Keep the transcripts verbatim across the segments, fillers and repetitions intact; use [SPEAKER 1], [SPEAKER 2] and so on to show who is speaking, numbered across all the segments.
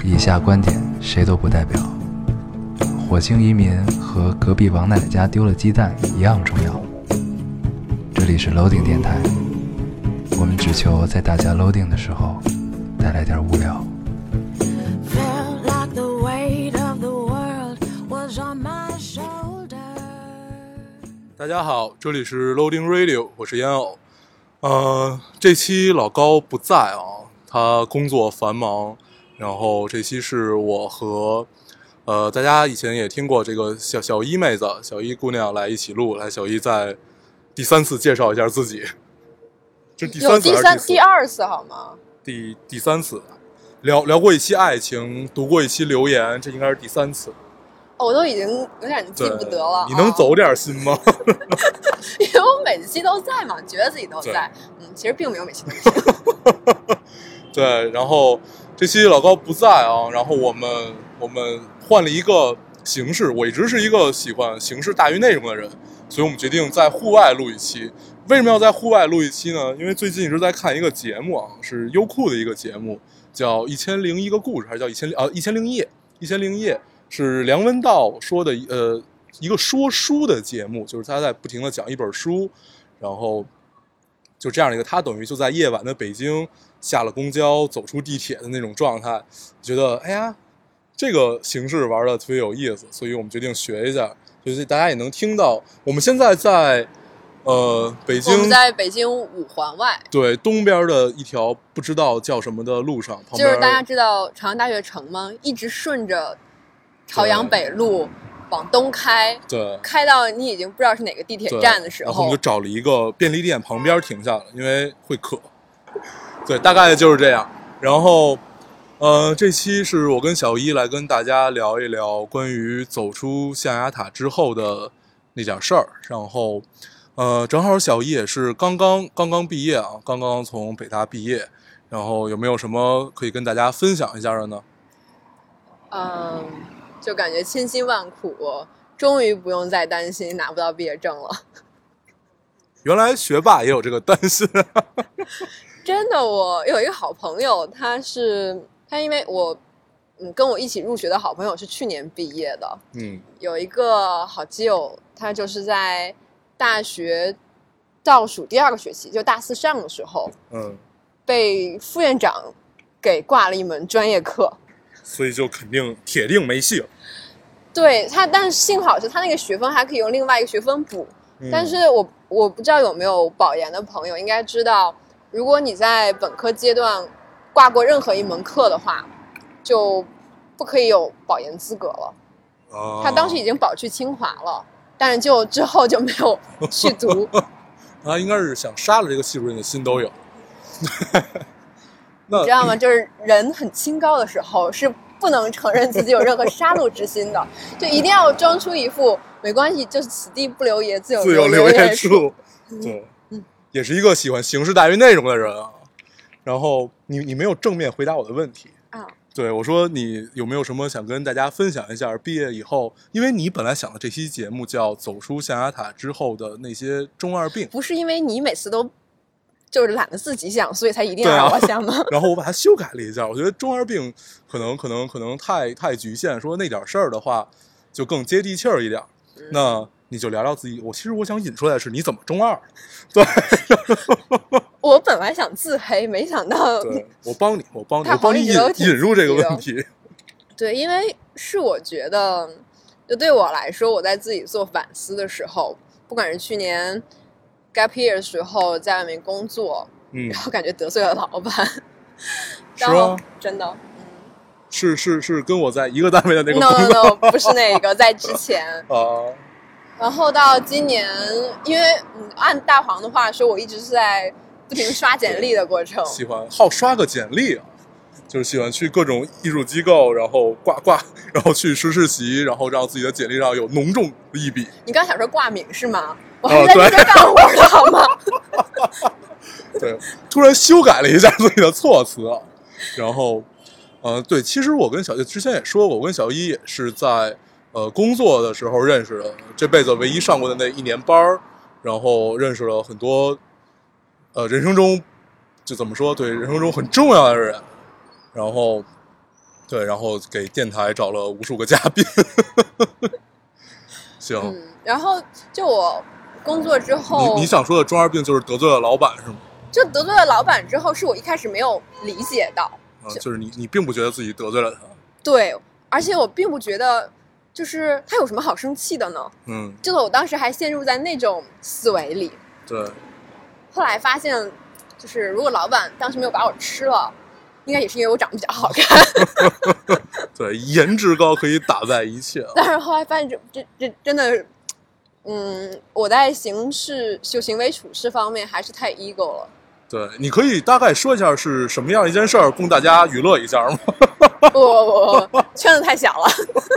[SPEAKER 1] 以下观点谁都不代表。火星移民和隔壁王奶奶家丢了鸡蛋一样重要。这里是 Loading 电台，我们只求在大家 Loading 的时候带来点无聊。
[SPEAKER 2] 大家好，这里是 Loading Radio， 我是烟偶。呃，这期老高不在啊，他工作繁忙。然后这期是我和呃大家以前也听过这个小小一妹子、小一姑娘来一起录，来小一再第三次介绍一下自己。这第三次还是第四？
[SPEAKER 3] 有第三、第二次好吗？
[SPEAKER 2] 第第三次，聊聊过一期爱情，读过一期留言，这应该是第三次。
[SPEAKER 3] 哦，我都已经有点记不得了。
[SPEAKER 2] 你能走点心吗？
[SPEAKER 3] 因为我每期都在嘛，觉得自己都在。嗯，其实并没有每期都在。
[SPEAKER 2] 对，然后这期老高不在啊，然后我们我们换了一个形式。我一直是一个喜欢形式大于内容的人，所以我们决定在户外录一期。为什么要在户外录一期呢？因为最近一直在看一个节目啊，是优酷的一个节目，叫《一千零一个故事》，还是叫一千呃一千零一夜？一千零一夜是梁文道说的呃一个说书的节目，就是他在不停的讲一本书，然后就这样的一个，他等于就在夜晚的北京下了公交走出地铁的那种状态，觉得哎呀这个形式玩的特别有意思，所以我们决定学一下，就是大家也能听到。我们现在在呃北京，
[SPEAKER 3] 我们在北京五环外，
[SPEAKER 2] 对，东边的一条不知道叫什么的路上，旁边
[SPEAKER 3] 就是大家知道朝阳大悦城吗？一直顺着朝阳北路往东开，
[SPEAKER 2] 对，
[SPEAKER 3] 开到你已经不知道是哪个地铁站的时候，
[SPEAKER 2] 然后我们就找了一个便利店旁边停下了，因为会渴。对，大概就是这样。然后，呃，这期是我跟小一来跟大家聊一聊关于走出象牙塔之后的那点事儿。然后，呃，正好小一也是刚刚刚刚毕业啊，刚刚从北大毕业。然后有没有什么可以跟大家分享一下的呢？
[SPEAKER 3] 嗯，就感觉千辛万苦，终于不用再担心拿不到毕业证了。
[SPEAKER 2] 原来学霸也有这个担心。
[SPEAKER 3] 真的，我有一个好朋友，他是他因为我嗯跟我一起入学的好朋友是去年毕业的，
[SPEAKER 2] 嗯，
[SPEAKER 3] 有一个好基友，他就是在大学倒数第二个学期，就大四上的时候，
[SPEAKER 2] 嗯，
[SPEAKER 3] 被副院长给挂了一门专业课，
[SPEAKER 2] 所以就肯定铁定没戏了。
[SPEAKER 3] 对他，但是幸好是他那个学分还可以用另外一个学分补，嗯、但是我我不知道有没有保研的朋友应该知道。如果你在本科阶段挂过任何一门课的话，就不可以有保研资格了。
[SPEAKER 2] 哦、
[SPEAKER 3] 他当时已经保去清华了，但是就之后就没有去读。
[SPEAKER 2] 他应该是想杀了这个系主任的心都有。
[SPEAKER 3] 你知道吗？就是人很清高的时候是不能承认自己有任何杀戮之心的，就一定要装出一副没关系，就是此地不留爷，自有
[SPEAKER 2] 自有留爷处。对。也是一个喜欢形式大于内容的人啊，然后你你没有正面回答我的问题
[SPEAKER 3] 啊？
[SPEAKER 2] 对，我说你有没有什么想跟大家分享一下毕业以后，因为你本来想的这期节目叫走出象牙塔之后的那些中二病，
[SPEAKER 3] 不是因为你每次都就是懒得自己想，所以才一定要让我想吗？
[SPEAKER 2] 啊、然后我把它修改了一下，我觉得中二病可能可能可能太太局限，说那点事儿的话就更接地气儿一点。嗯、那你就聊聊自己。我其实我想引出来的是你怎么中二，对。
[SPEAKER 3] 我本来想自黑，没想到。
[SPEAKER 2] 对，我帮你，我帮你，我帮你引引入这个问题。
[SPEAKER 3] 对，因为是我觉得，就对我来说，我在自己做反思的时候，不管是去年 gap year 的时候在外面工作，
[SPEAKER 2] 嗯，
[SPEAKER 3] 然后感觉得罪了老板，
[SPEAKER 2] 是吗？
[SPEAKER 3] 真的。
[SPEAKER 2] 是是是跟我在一个单位的那个
[SPEAKER 3] no no no 不是那个，在之前
[SPEAKER 2] 啊。
[SPEAKER 3] 然后到今年，因为嗯，按大黄的话说，我一直是在不停刷简历的过程，
[SPEAKER 2] 喜欢好刷个简历啊，就是喜欢去各种艺术机构，然后挂挂，然后去实实习，然后让自己的简历上有浓重的一笔。
[SPEAKER 3] 你刚想说挂名是吗？我还在这边干活的好吗？
[SPEAKER 2] 对，突然修改了一下自己的措辞啊，然后。呃，对，其实我跟小一之前也说过，我跟小一也是在呃工作的时候认识的，这辈子唯一上过的那一年班，然后认识了很多呃人生中就怎么说，对人生中很重要的人，然后对，然后给电台找了无数个嘉宾。行、
[SPEAKER 3] 嗯，然后就我工作之后，
[SPEAKER 2] 你你想说的中二病就是得罪了老板是吗？
[SPEAKER 3] 就得罪了老板之后，是我一开始没有理解到，
[SPEAKER 2] 啊，就是你你并不觉得自己得罪了他。
[SPEAKER 3] 对，而且我并不觉得就是他有什么好生气的呢？
[SPEAKER 2] 嗯，
[SPEAKER 3] 就是我当时还陷入在那种思维里，
[SPEAKER 2] 对。
[SPEAKER 3] 后来发现，就是如果老板当时没有把我吃了，应该也是因为我长得比较好看。
[SPEAKER 2] 对，颜值高可以打败一切。
[SPEAKER 3] 但是后来发现这，这这这真的，嗯，我在行事就行为处事方面还是太 ego 了。
[SPEAKER 2] 对，你可以大概说一下是什么样一件事儿，供大家娱乐一下吗？
[SPEAKER 3] 不不不，圈子太小了。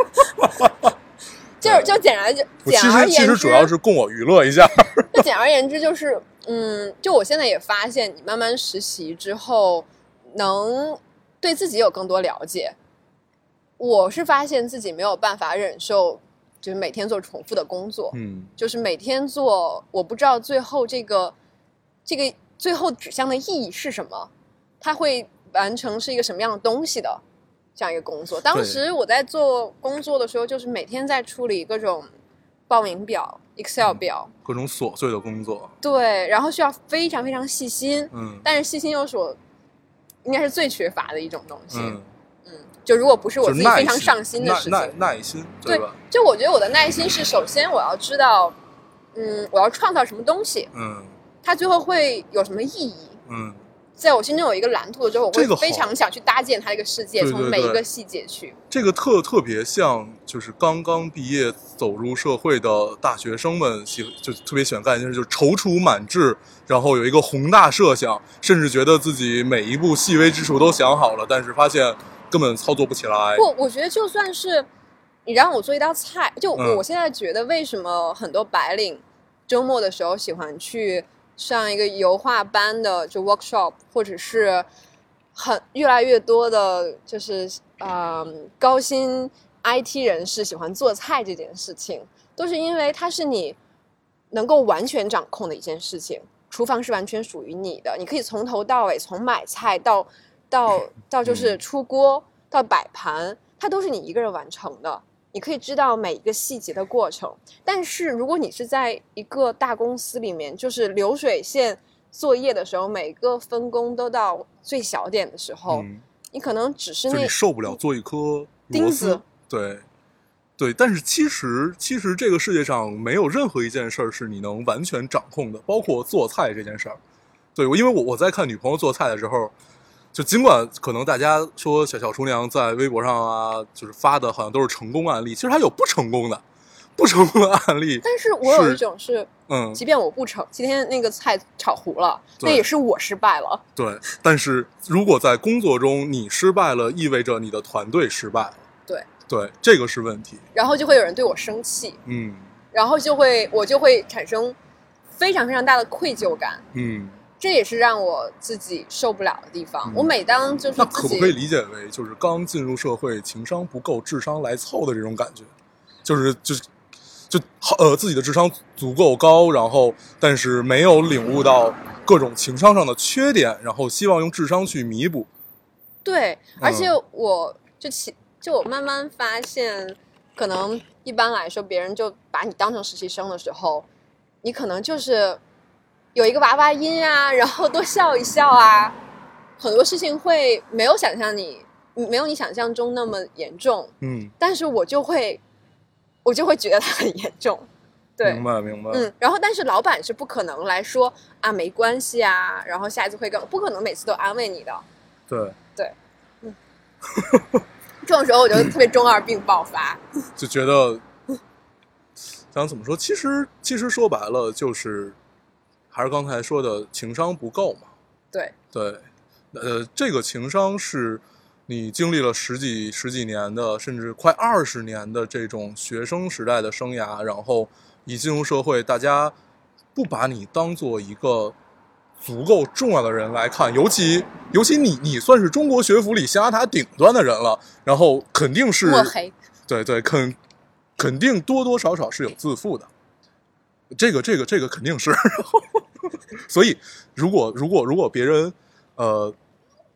[SPEAKER 3] 就是就简而就简而言之，
[SPEAKER 2] 其实其实主要是供我娱乐一下。
[SPEAKER 3] 就简而言之就是，嗯，就我现在也发现，你慢慢实习之后，能对自己有更多了解。我是发现自己没有办法忍受，就是每天做重复的工作，
[SPEAKER 2] 嗯，
[SPEAKER 3] 就是每天做，我不知道最后这个这个最后指向的意义是什么，它会完成是一个什么样的东西的这样一个工作。当时我在做工作的时候，就是每天在处理各种报名表、Excel 表，
[SPEAKER 2] 各种琐碎的工作。
[SPEAKER 3] 对，然后需要非常非常细心，
[SPEAKER 2] 嗯，
[SPEAKER 3] 但是细心又是我应该是最缺乏的一种东西。
[SPEAKER 2] 嗯
[SPEAKER 3] 嗯，就如果不是我自己非常上心的事情，
[SPEAKER 2] 耐耐心，对吧？
[SPEAKER 3] 对，就我觉得我的耐心是，首先我要知道，嗯，我要创造什么东西，
[SPEAKER 2] 嗯，
[SPEAKER 3] 它最后会有什么意义，
[SPEAKER 2] 嗯，
[SPEAKER 3] 在我心中有一个蓝图了之后，我
[SPEAKER 2] 这个好
[SPEAKER 3] 会非常想去搭建它这个世界，
[SPEAKER 2] 对对对
[SPEAKER 3] 从每一个细节去。
[SPEAKER 2] 这个特特别像，就是刚刚毕业走入社会的大学生们喜就特别喜欢干一件事，就是踌躇满志，然后有一个宏大设想，甚至觉得自己每一步细微之处都想好了，但是发现根本操作不起来。
[SPEAKER 3] 不，我觉得就算是你让我做一道菜，就
[SPEAKER 2] 嗯
[SPEAKER 3] 我现在觉得为什么很多白领周末的时候喜欢去上一个油画班的就 workshop， 或者是很越来越多的就是呃高薪 I T 人士喜欢做菜这件事情，都是因为它是你能够完全掌控的一件事情，厨房是完全属于你的，你可以从头到尾，从买菜到到到就是出锅、嗯、到摆盘，它都是你一个人完成的，你可以知道每一个细节的过程。但是如果你是在一个大公司里面，就是流水线作业的时候，每个分工都到最小点的时候、嗯、你可能只是那
[SPEAKER 2] 就你受不了做一颗
[SPEAKER 3] 钉子。
[SPEAKER 2] 对对，但是其实其实这个世界上没有任何一件事儿是你能完全掌控的，包括做菜这件事儿。对，因为我我在看女朋友做菜的时候，就尽管可能大家说小小厨娘在微博上啊，就是发的好像都是成功案例，其实还有不成功的，不成功的案例。
[SPEAKER 3] 但是我有一种是，
[SPEAKER 2] 嗯，
[SPEAKER 3] 即便我不成，今天那个菜炒糊了，那也是我失败了。
[SPEAKER 2] 对，但是如果在工作中你失败了，意味着你的团队失败了。
[SPEAKER 3] 对
[SPEAKER 2] 对，这个是问题。
[SPEAKER 3] 然后就会有人对我生气，
[SPEAKER 2] 嗯，
[SPEAKER 3] 然后就会我就会产生非常非常大的愧疚感。
[SPEAKER 2] 嗯。
[SPEAKER 3] 这也是让我自己受不了的地方、嗯、我每当就是
[SPEAKER 2] 那可不可以理解为就是刚进入社会情商不够智商来凑的这种感觉，就是就就呃自己的智商足够高，然后但是没有领悟到各种情商上的缺点，然后希望用智商去弥补。
[SPEAKER 3] 对，而且我就其就我慢慢发现，可能一般来说别人就把你当成实习生的时候，你可能就是有一个娃娃音啊，然后多笑一笑啊，很多事情会没有想象你没有你想象中那么严重，
[SPEAKER 2] 嗯，
[SPEAKER 3] 但是我就会我就会觉得它很严重，对，
[SPEAKER 2] 明白明白，
[SPEAKER 3] 嗯，然后但是老板是不可能来说啊没关系啊，然后下一次会更不可能每次都安慰你的，
[SPEAKER 2] 对
[SPEAKER 3] 对，嗯，这种时候我就特别中二病爆发，
[SPEAKER 2] 就觉得想怎么说，其实其实说白了就是还是刚才说的情商不够嘛。
[SPEAKER 3] 对
[SPEAKER 2] 对，呃，这个情商是你经历了十几十几年的，甚至快二十年的这种学生时代的生涯，然后一进入社会，大家不把你当做一个足够重要的人来看，尤其尤其你你算是中国学府里象牙塔顶端的人了，然后肯定是
[SPEAKER 3] 抹黑，
[SPEAKER 2] 对对，肯肯定多多少少是有自负的，这个这个这个肯定是。所以，如果如果如果别人，呃，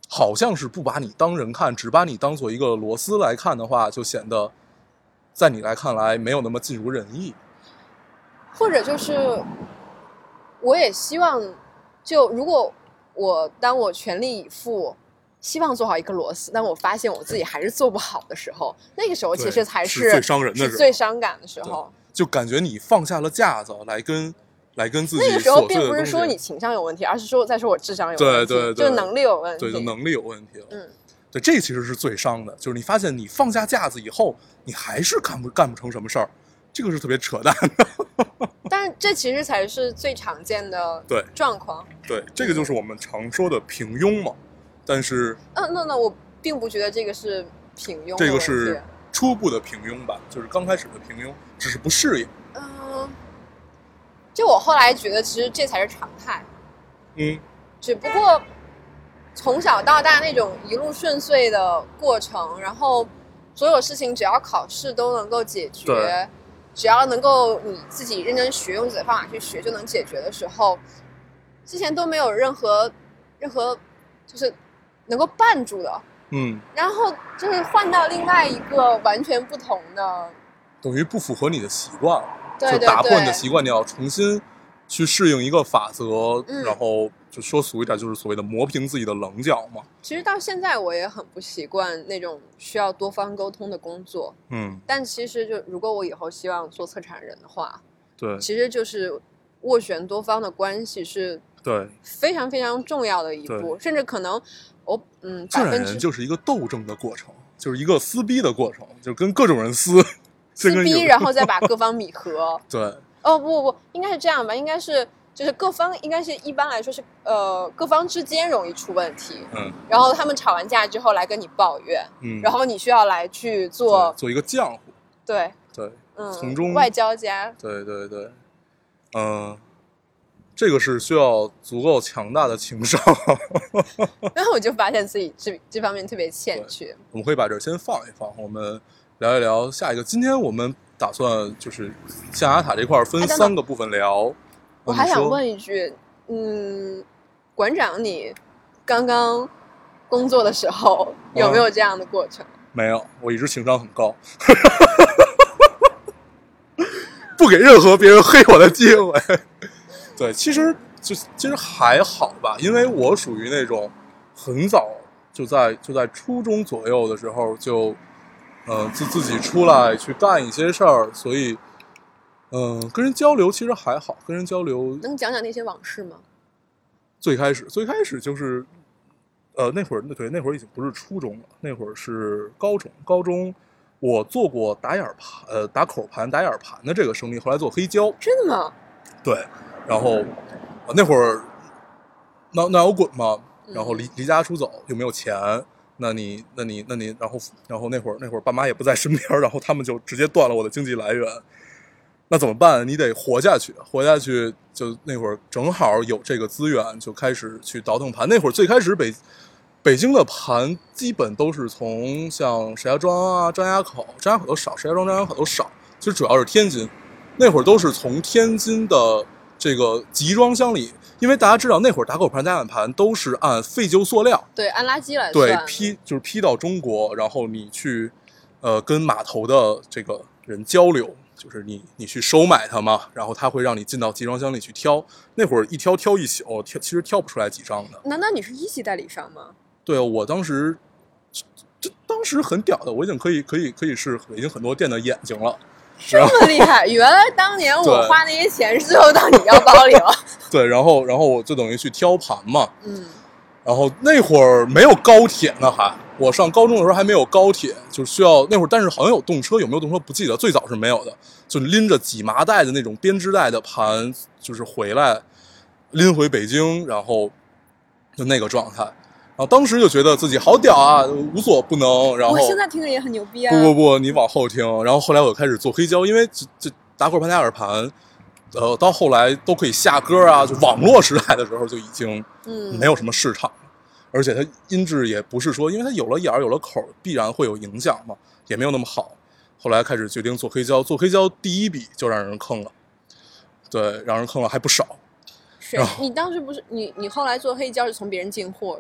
[SPEAKER 2] 好像是不把你当人看，只把你当做一个螺丝来看的话，就显得在你来看来没有那么尽如人意。
[SPEAKER 3] 或者就是我也希望，就如果我当我全力以赴希望做好一个螺丝，但我发现我自己还是做不好的时候，那个时候其实才
[SPEAKER 2] 是最伤人的时候，
[SPEAKER 3] 是最伤感的时候。
[SPEAKER 2] 就感觉你放下了架子来跟来跟自己
[SPEAKER 3] 那个时候并不是说你情商有问题，而是说在说我智商有问题，
[SPEAKER 2] 对对对，
[SPEAKER 3] 就能力有问题，
[SPEAKER 2] 对，就能力有问题了。
[SPEAKER 3] 嗯，
[SPEAKER 2] 对，这其实是最伤的，就是你发现你放下架子以后，你还是干不干不成什么事儿，这个是特别扯淡的。
[SPEAKER 3] 但是这其实才是最常见的
[SPEAKER 2] 对
[SPEAKER 3] 状况。
[SPEAKER 2] 对，这个就是我们常说的平庸嘛。但是，
[SPEAKER 3] 嗯，那那我并不觉得这个是平庸的，
[SPEAKER 2] 这个是初步的平庸吧，就是刚开始的平庸，只是不适应。
[SPEAKER 3] 嗯、呃，就我后来觉得，其实这才是常态。
[SPEAKER 2] 嗯，
[SPEAKER 3] 只不过从小到大那种一路顺遂的过程，然后所有事情只要考试都能够解决，只要能够你自己认真学，用自己的方法去学就能解决的时候，之前都没有任何任何就是能够绊住的。
[SPEAKER 2] 嗯，
[SPEAKER 3] 然后就是换到另外一个完全不同的，
[SPEAKER 2] 等于不符合你的习惯，
[SPEAKER 3] 对对对，
[SPEAKER 2] 就打破你的习惯，你要重新去适应一个法则，
[SPEAKER 3] 嗯、
[SPEAKER 2] 然后就说俗一点，就是所谓的磨平自己的棱角嘛。
[SPEAKER 3] 其实到现在我也很不习惯那种需要多方沟通的工作，
[SPEAKER 2] 嗯，
[SPEAKER 3] 但其实就如果我以后希望做策展人的话，
[SPEAKER 2] 对，
[SPEAKER 3] 其实就是斡旋多方的关系是
[SPEAKER 2] 对
[SPEAKER 3] 非常非常重要的一步，甚至可能我嗯，
[SPEAKER 2] 策展人就是一个斗争的过程，就是一个撕逼的过程，就跟各种人撕
[SPEAKER 3] 撕逼，然后再把各方弥合。
[SPEAKER 2] 对，
[SPEAKER 3] 哦不不不，应该是这样吧？应该是就是各方应该是一般来说是呃各方之间容易出问题，
[SPEAKER 2] 嗯，
[SPEAKER 3] 然后他们吵完架之后来跟你抱怨，
[SPEAKER 2] 嗯，
[SPEAKER 3] 然后你需要来去做
[SPEAKER 2] 做一个浆糊，
[SPEAKER 3] 对
[SPEAKER 2] 对，
[SPEAKER 3] 嗯，
[SPEAKER 2] 从中
[SPEAKER 3] 外交家，
[SPEAKER 2] 对对对，嗯、呃。这个是需要足够强大的情商，
[SPEAKER 3] 然后我就发现自己这这方面特别欠缺。
[SPEAKER 2] 我们可以把这先放一放，我们聊一聊下一个。今天我们打算就是象牙塔这块分三个部分聊。哎、
[SPEAKER 3] 我还想问一句，嗯，馆长，你刚刚工作的时候有没有这样的过程？
[SPEAKER 2] 嗯、没有，我一直情商很高，不给任何别人黑我的机会。对，其实就其实还好吧，因为我属于那种很早就在就在初中左右的时候就，呃，自自己出来去干一些事儿，所以，嗯、呃，跟人交流其实还好，跟人交流。
[SPEAKER 3] 能讲讲那些往事吗？
[SPEAKER 2] 最开始最开始就是，呃，那会儿那对那会儿已经不是初中了，那会儿是高中。高中我做过打眼盘，呃，打口盘、打眼盘的这个生意，后来做黑胶。
[SPEAKER 3] 真的吗？
[SPEAKER 2] 对。然后，呃、那会儿闹闹摇滚嘛，然后离离家出走又没有钱，那你那你那你，然后然后那会儿那会儿爸妈也不在身边，然后他们就直接断了我的经济来源。那怎么办？你得活下去，活下去就那会儿正好有这个资源，就开始去倒腾盘。那会儿最开始北北京的盘基本都是从像石家庄啊、张家口、张家口都少，石家庄、张家口都少，其实主要是天津。那会儿都是从天津的这个集装箱里，因为大家知道那会儿打口盘、打眼盘都是按废旧塑料，
[SPEAKER 3] 对，按垃圾来算，
[SPEAKER 2] 对，批就是批到中国，然后你去，呃，跟码头的这个人交流，就是你你去收买它嘛，然后他会让你进到集装箱里去挑。那会儿一挑挑一宿，挑其实挑不出来几张的。
[SPEAKER 3] 难道你是一级代理商吗？
[SPEAKER 2] 对，我当时，这当时很屌的，我已经可以可以可以是北京很多店的眼睛了。
[SPEAKER 3] 这么厉害！原来当年我花那些钱是最后到你腰包里了。
[SPEAKER 2] 对，然后然后我就等于去挑盘嘛。
[SPEAKER 3] 嗯。
[SPEAKER 2] 然后那会儿没有高铁呢，还我上高中的时候还没有高铁，就需要那会儿，但是好像有动车，有没有动车不记得，最早是没有的，就拎着几麻袋的那种编织袋的盘，就是回来拎回北京，然后就那个状态。然后当时就觉得自己好屌啊，无所不能。然后
[SPEAKER 3] 我现在听着也很牛逼啊！
[SPEAKER 2] 不不不，你往后听。然后后来我就开始做黑胶，因为这这打口盘、打耳盘，呃，到后来都可以下歌啊，就网络时代的时候就已经没有什么市场了，嗯、而且它音质也不是说，因为它有了眼儿有了口，必然会有影响嘛，也没有那么好。后来开始决定做黑胶，做黑胶第一笔就让人坑了，对，让人坑了还不少。
[SPEAKER 3] 是你当时不是你你后来做黑胶是从别人进货是吗？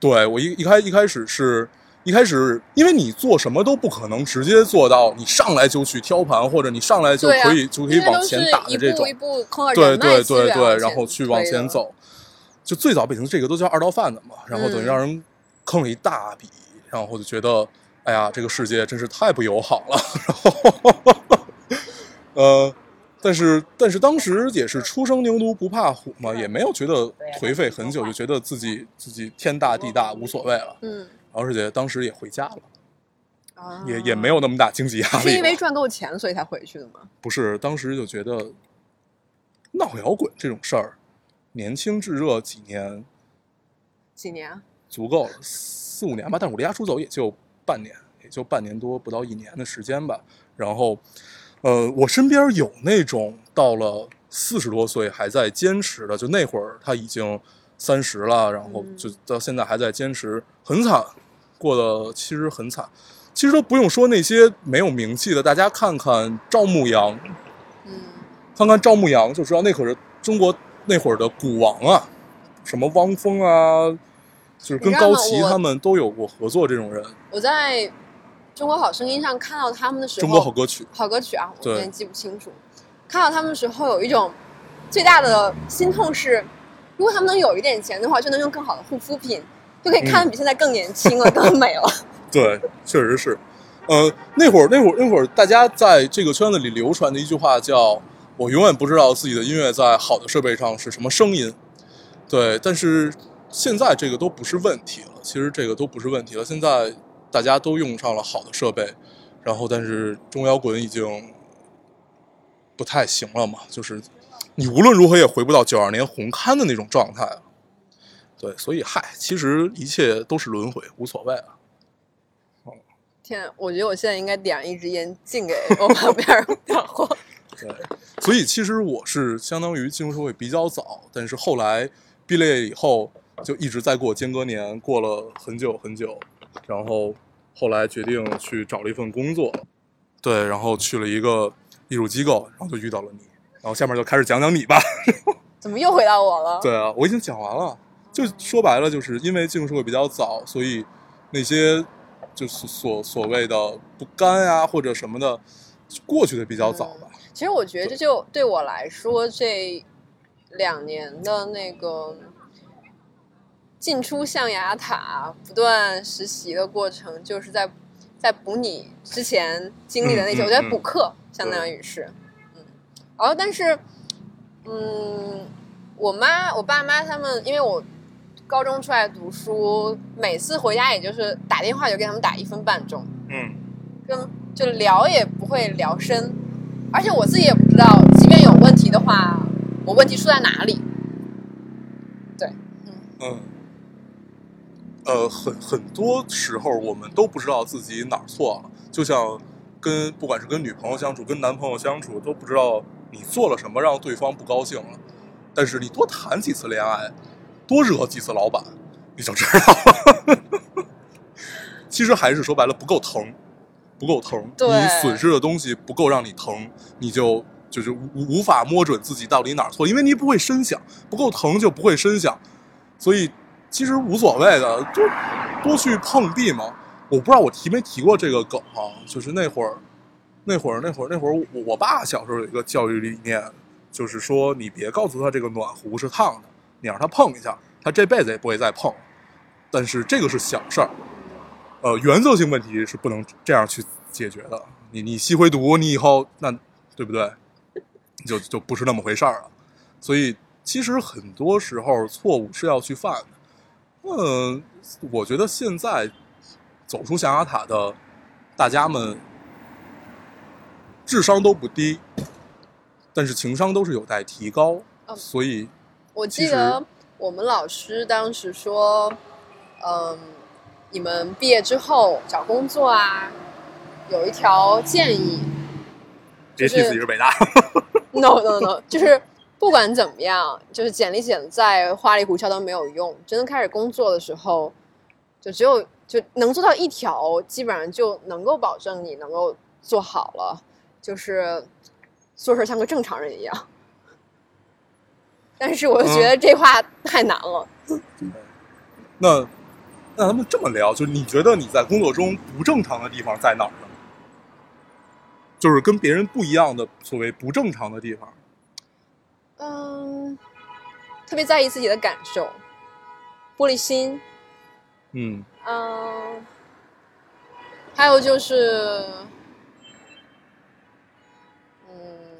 [SPEAKER 2] 对，我一一开一开始是一开始，因为你做什么都不可能直接做到你上来就去挑盘，或者你上来就可以、啊、就可以往前打的这种，
[SPEAKER 3] 一步一步
[SPEAKER 2] 对对对对，然后去往前走。就最早北京这个都叫二道贩子嘛，然后等于让人坑了一大笔，嗯、然后就觉得，哎呀，这个世界真是太不友好了。然后，呃，但是但是当时也是初生牛犊不怕虎嘛，也没有觉得颓废很久，就觉得自己自己天大地大无所谓了。嗯，而且当时也回家了。啊、也也没有那么大经济压力，
[SPEAKER 3] 是因为赚够钱所以才回去的吗？
[SPEAKER 2] 不是，当时就觉得闹摇滚这种事儿，年轻炙热几年，
[SPEAKER 3] 几年
[SPEAKER 2] 足够了，四五年吧。但是我离家出走也就半年，也就半年多，不到一年的时间吧。然后，呃，我身边有那种到了四十多岁还在坚持的，就那会儿他已经三十了，然后就到现在还在坚持，很惨，过得其实很惨。其实都不用说那些没有名气的，大家看看赵牧阳，嗯，看看赵牧阳就知道那会儿中国那会儿的鼓王啊，什么汪峰啊，就是跟高旗他们都有过合作这种人。
[SPEAKER 3] 我在中国好声音上看到他们的时候，
[SPEAKER 2] 中国好歌曲，
[SPEAKER 3] 好歌曲啊，我有点记不清楚。看到他们的时候，有一种最大的心痛是，如果他们能有一点钱的话，就能用更好的护肤品，就可以看比现在更年轻了，嗯、更美了。
[SPEAKER 2] 对，确实是，呃，那会儿那会儿那会儿，大家在这个圈子里流传的一句话叫“我永远不知道自己的音乐在好的设备上是什么声音”，对，但是现在这个都不是问题了，其实这个都不是问题了，现在大家都用上了好的设备，然后但是中摇滚已经不太行了嘛，就是你无论如何也回不到九二年红磡的那种状态了，对，所以嗨，其实一切都是轮回，无所谓了。
[SPEAKER 3] 天，我觉得我现在应该点上一支烟敬给我旁边的货。
[SPEAKER 2] 对，所以其实我是相当于进入社会比较早，但是后来毕了业以后就一直在过间隔年，过了很久很久，然后后来决定去找了一份工作，对，然后去了一个艺术机构，然后就遇到了你，然后下面就开始讲讲你吧。
[SPEAKER 3] 怎么又回到我了？
[SPEAKER 2] 对啊，我已经讲完了，就说白了，就是因为进入社会比较早，所以那些。就是所所谓的不甘啊或者什么的过去的比较早吧、嗯、
[SPEAKER 3] 其实我觉得这就对我来说这两年的那个进出象牙塔不断实习的过程，就是在在补你之前经历的那些、嗯嗯、我觉得补课相当于是嗯，然后但是嗯我妈我爸妈他们因为我高中出来读书，每次回家也就是打电话就给他们打一分半钟，嗯，跟就聊也不会聊深，而且我自己也不知道，即便有问题的话，我问题出在哪里？对，嗯嗯，
[SPEAKER 2] 呃，很很多时候我们都不知道自己哪儿错了，就像跟不管是跟女朋友相处，跟男朋友相处，都不知道你做了什么让对方不高兴了，但是你多谈几次恋爱。多惹几次老板，你就知道了。其实还是说白了不够疼，不够疼。你损失的东西不够让你疼，你就就是无无法摸准自己到底哪儿错，因为你不会深想，不够疼就不会深想。所以其实无所谓的，就多去碰壁嘛。我不知道我提没提过这个梗啊，就是那会儿，那会儿，那会儿，那会儿，我我爸小时候有一个教育理念，就是说你别告诉他这个暖壶是烫的。你让他碰一下，他这辈子也不会再碰。但是这个是小事儿，呃，原则性问题是不能这样去解决的。你你吸回毒，你以后那对不对？就就不是那么回事儿了。所以其实很多时候错误是要去犯的。嗯，我觉得现在走出象牙塔的大家们智商都不低，但是情商都是有待提高，嗯、所以。
[SPEAKER 3] 我记得我们老师当时说，嗯，你们毕业之后找工作啊，有一条建议，
[SPEAKER 2] 别替自己是北大。
[SPEAKER 3] No no no， 就是不管怎么样，就是简历写的再花里胡哨都没有用，真的开始工作的时候，就只有就能做到一条，基本上就能够保证你能够做好了，就是做事像个正常人一样。但是我觉得这话太难了。
[SPEAKER 2] 嗯、那那咱们这么聊，就是你觉得你在工作中不正常的地方在哪儿呢？就是跟别人不一样的所谓不正常的地方。
[SPEAKER 3] 嗯，特别在意自己的感受，玻璃心。
[SPEAKER 2] 嗯
[SPEAKER 3] 嗯，还有就是，嗯，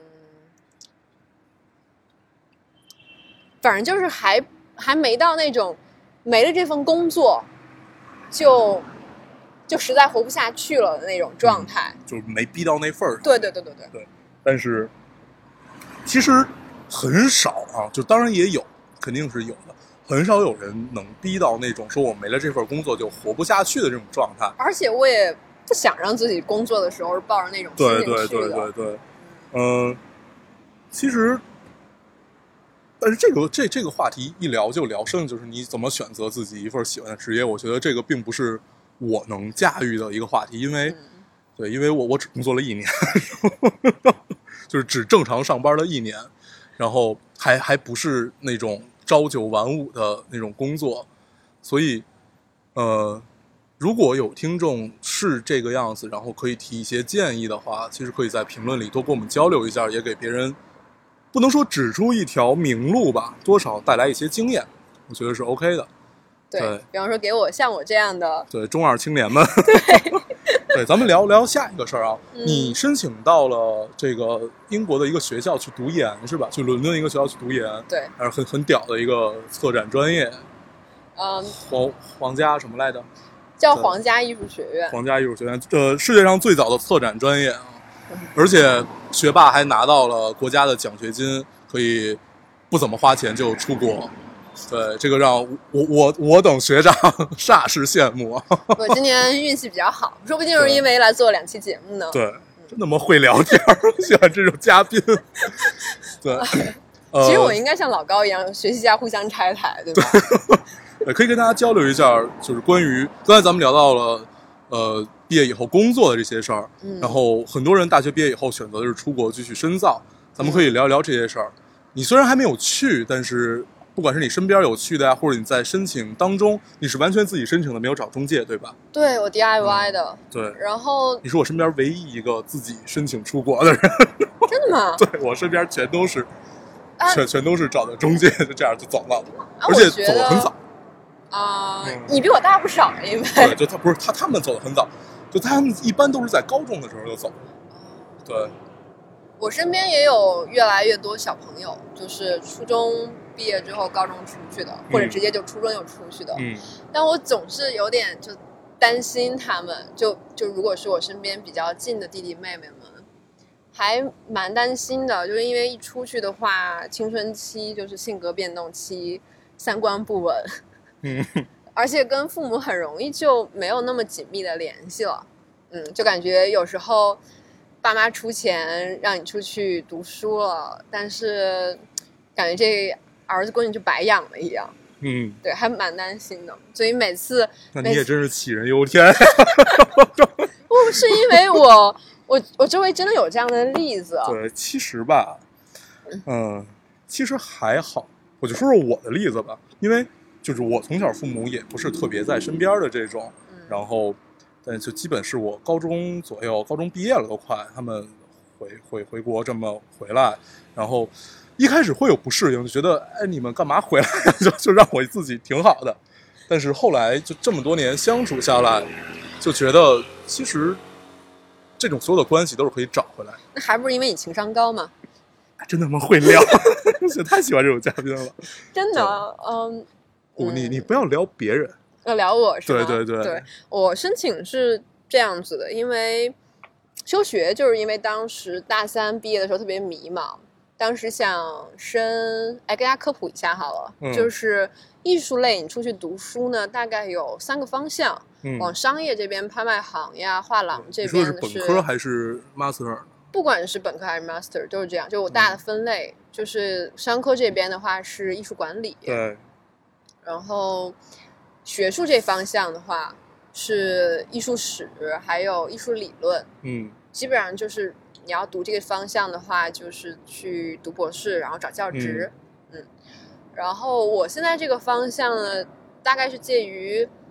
[SPEAKER 3] 反正就是还还没到那种没了这份工作就就实在活不下去了的那种状态，
[SPEAKER 2] 嗯、就是没逼到那份儿上。
[SPEAKER 3] 对对对对对
[SPEAKER 2] 对，但是其实很少啊，就当然也有，肯定是有的。很少有人能逼到那种说我没了这份工作就活不下去的这种状态。
[SPEAKER 3] 而且我也不想让自己工作的时候是抱着那种心情去的。
[SPEAKER 2] 对对对对对，嗯、呃，其实，但是这个这这个话题一聊就聊深，就是你怎么选择自己一份喜欢的职业。我觉得这个并不是我能驾驭的一个话题，因为、嗯、对，因为我我只工作了一年，就是只正常上班了一年，然后还还不是那种朝九晚五的那种工作，所以呃，如果有听众是这个样子，然后可以提一些建议的话，其实可以在评论里多跟我们交流一下，也给别人不能说指出一条明路吧，多少带来一些经验，我觉得是 OK 的。
[SPEAKER 3] 对，
[SPEAKER 2] 对，
[SPEAKER 3] 比方说给我像我这样的
[SPEAKER 2] 对中二青年们
[SPEAKER 3] 对
[SPEAKER 2] 对，咱们聊聊下一个事儿啊、
[SPEAKER 3] 嗯。
[SPEAKER 2] 你申请到了这个英国的一个学校去读研是吧？去伦敦一个学校去读研，
[SPEAKER 3] 对，
[SPEAKER 2] 还是很很屌的一个策展专业。
[SPEAKER 3] 嗯，
[SPEAKER 2] 皇皇家什么来着？
[SPEAKER 3] 叫皇家艺术学院。
[SPEAKER 2] 皇家艺术学院，呃，世界上最早的策展专业啊，而且学霸还拿到了国家的奖学金，可以不怎么花钱就出国。对，这个让我我我等学长煞是羡慕。
[SPEAKER 3] 我今年运气比较好，说不定是因为来做两期节目呢。
[SPEAKER 2] 对，真他妈会聊天，喜欢这种嘉宾。对，
[SPEAKER 3] 其实我应该像老高一样，学习一下互相拆台，对吧？
[SPEAKER 2] 对，可以跟大家交流一下，就是关于刚才咱们聊到了，呃，毕业以后工作的这些事儿、嗯，然后很多人大学毕业以后选择的是出国继续深造，咱们可以聊一聊这些事儿、嗯。你虽然还没有去，但是不管是你身边有去的呀，或者你在申请当中，你是完全自己申请的，没有找中介，对吧？
[SPEAKER 3] 对，我 D I Y 的。
[SPEAKER 2] 嗯、对，
[SPEAKER 3] 然后
[SPEAKER 2] 你是我身边唯一一个自己申请出国的人。
[SPEAKER 3] 真的吗？
[SPEAKER 2] 对，我身边全都是，啊、全全都是找的中介，就这样就走了，
[SPEAKER 3] 啊、
[SPEAKER 2] 而且走得很早。
[SPEAKER 3] 啊、呃嗯，你比我大不少，因为
[SPEAKER 2] 对，就他不是他，他们走得很早，就他们一般都是在高中的时候就走。对，
[SPEAKER 3] 我身边也有越来越多小朋友，就是初中毕业之后高中出去的，嗯、或者直接就初中就出去的。嗯，但我总是有点就担心他们，就就如果是我身边比较近的弟弟妹妹们，还蛮担心的，就是因为一出去的话，青春期就是性格变动期，三观不稳。嗯，而且跟父母很容易就没有那么紧密的联系了。嗯，就感觉有时候爸妈出钱让你出去读书了，但是感觉这儿子闺女就白养了一样。嗯，对，还蛮担心的。所以每次，
[SPEAKER 2] 那你也真是杞人忧天。
[SPEAKER 3] 不是因为我，我我周围真的有这样的例子。
[SPEAKER 2] 对，其实吧，嗯，其实还好。我就说说我的例子吧，因为。就是我从小父母也不是特别在身边的这种，然后，但就基本是我高中左右，高中毕业了都快，他们回回回国这么回来，然后一开始会有不适应，就觉得哎你们干嘛回来就就让我自己挺好的，但是后来就这么多年相处下来，就觉得其实这种所有的关系都是可以找回来。
[SPEAKER 3] 那还不是因为你情商高吗？
[SPEAKER 2] 真他妈会聊，我太喜欢这种嘉宾了，
[SPEAKER 3] 真的，嗯。
[SPEAKER 2] 你你不要聊别人，
[SPEAKER 3] 要聊我是吗？
[SPEAKER 2] 对对对，
[SPEAKER 3] 对我申请是这样子的，因为休学就是因为当时大三毕业的时候特别迷茫，当时想申，哎，给大家科普一下好了，嗯、就是艺术类你出去读书呢，大概有三个方向，嗯、往商业这边，拍卖行呀、画廊这边
[SPEAKER 2] 是，你说是本科还是 master？
[SPEAKER 3] 不管是本科还是 master 都是这样，就我大的分类，嗯、就是商科这边的话是艺术管理，
[SPEAKER 2] 对。
[SPEAKER 3] 然后学术这方向的话是艺术史还有艺术理论，嗯，基本上就是你要读这个方向的话就是去读博士然后找教职， 嗯, 嗯然后我现在这个方向呢大概是介于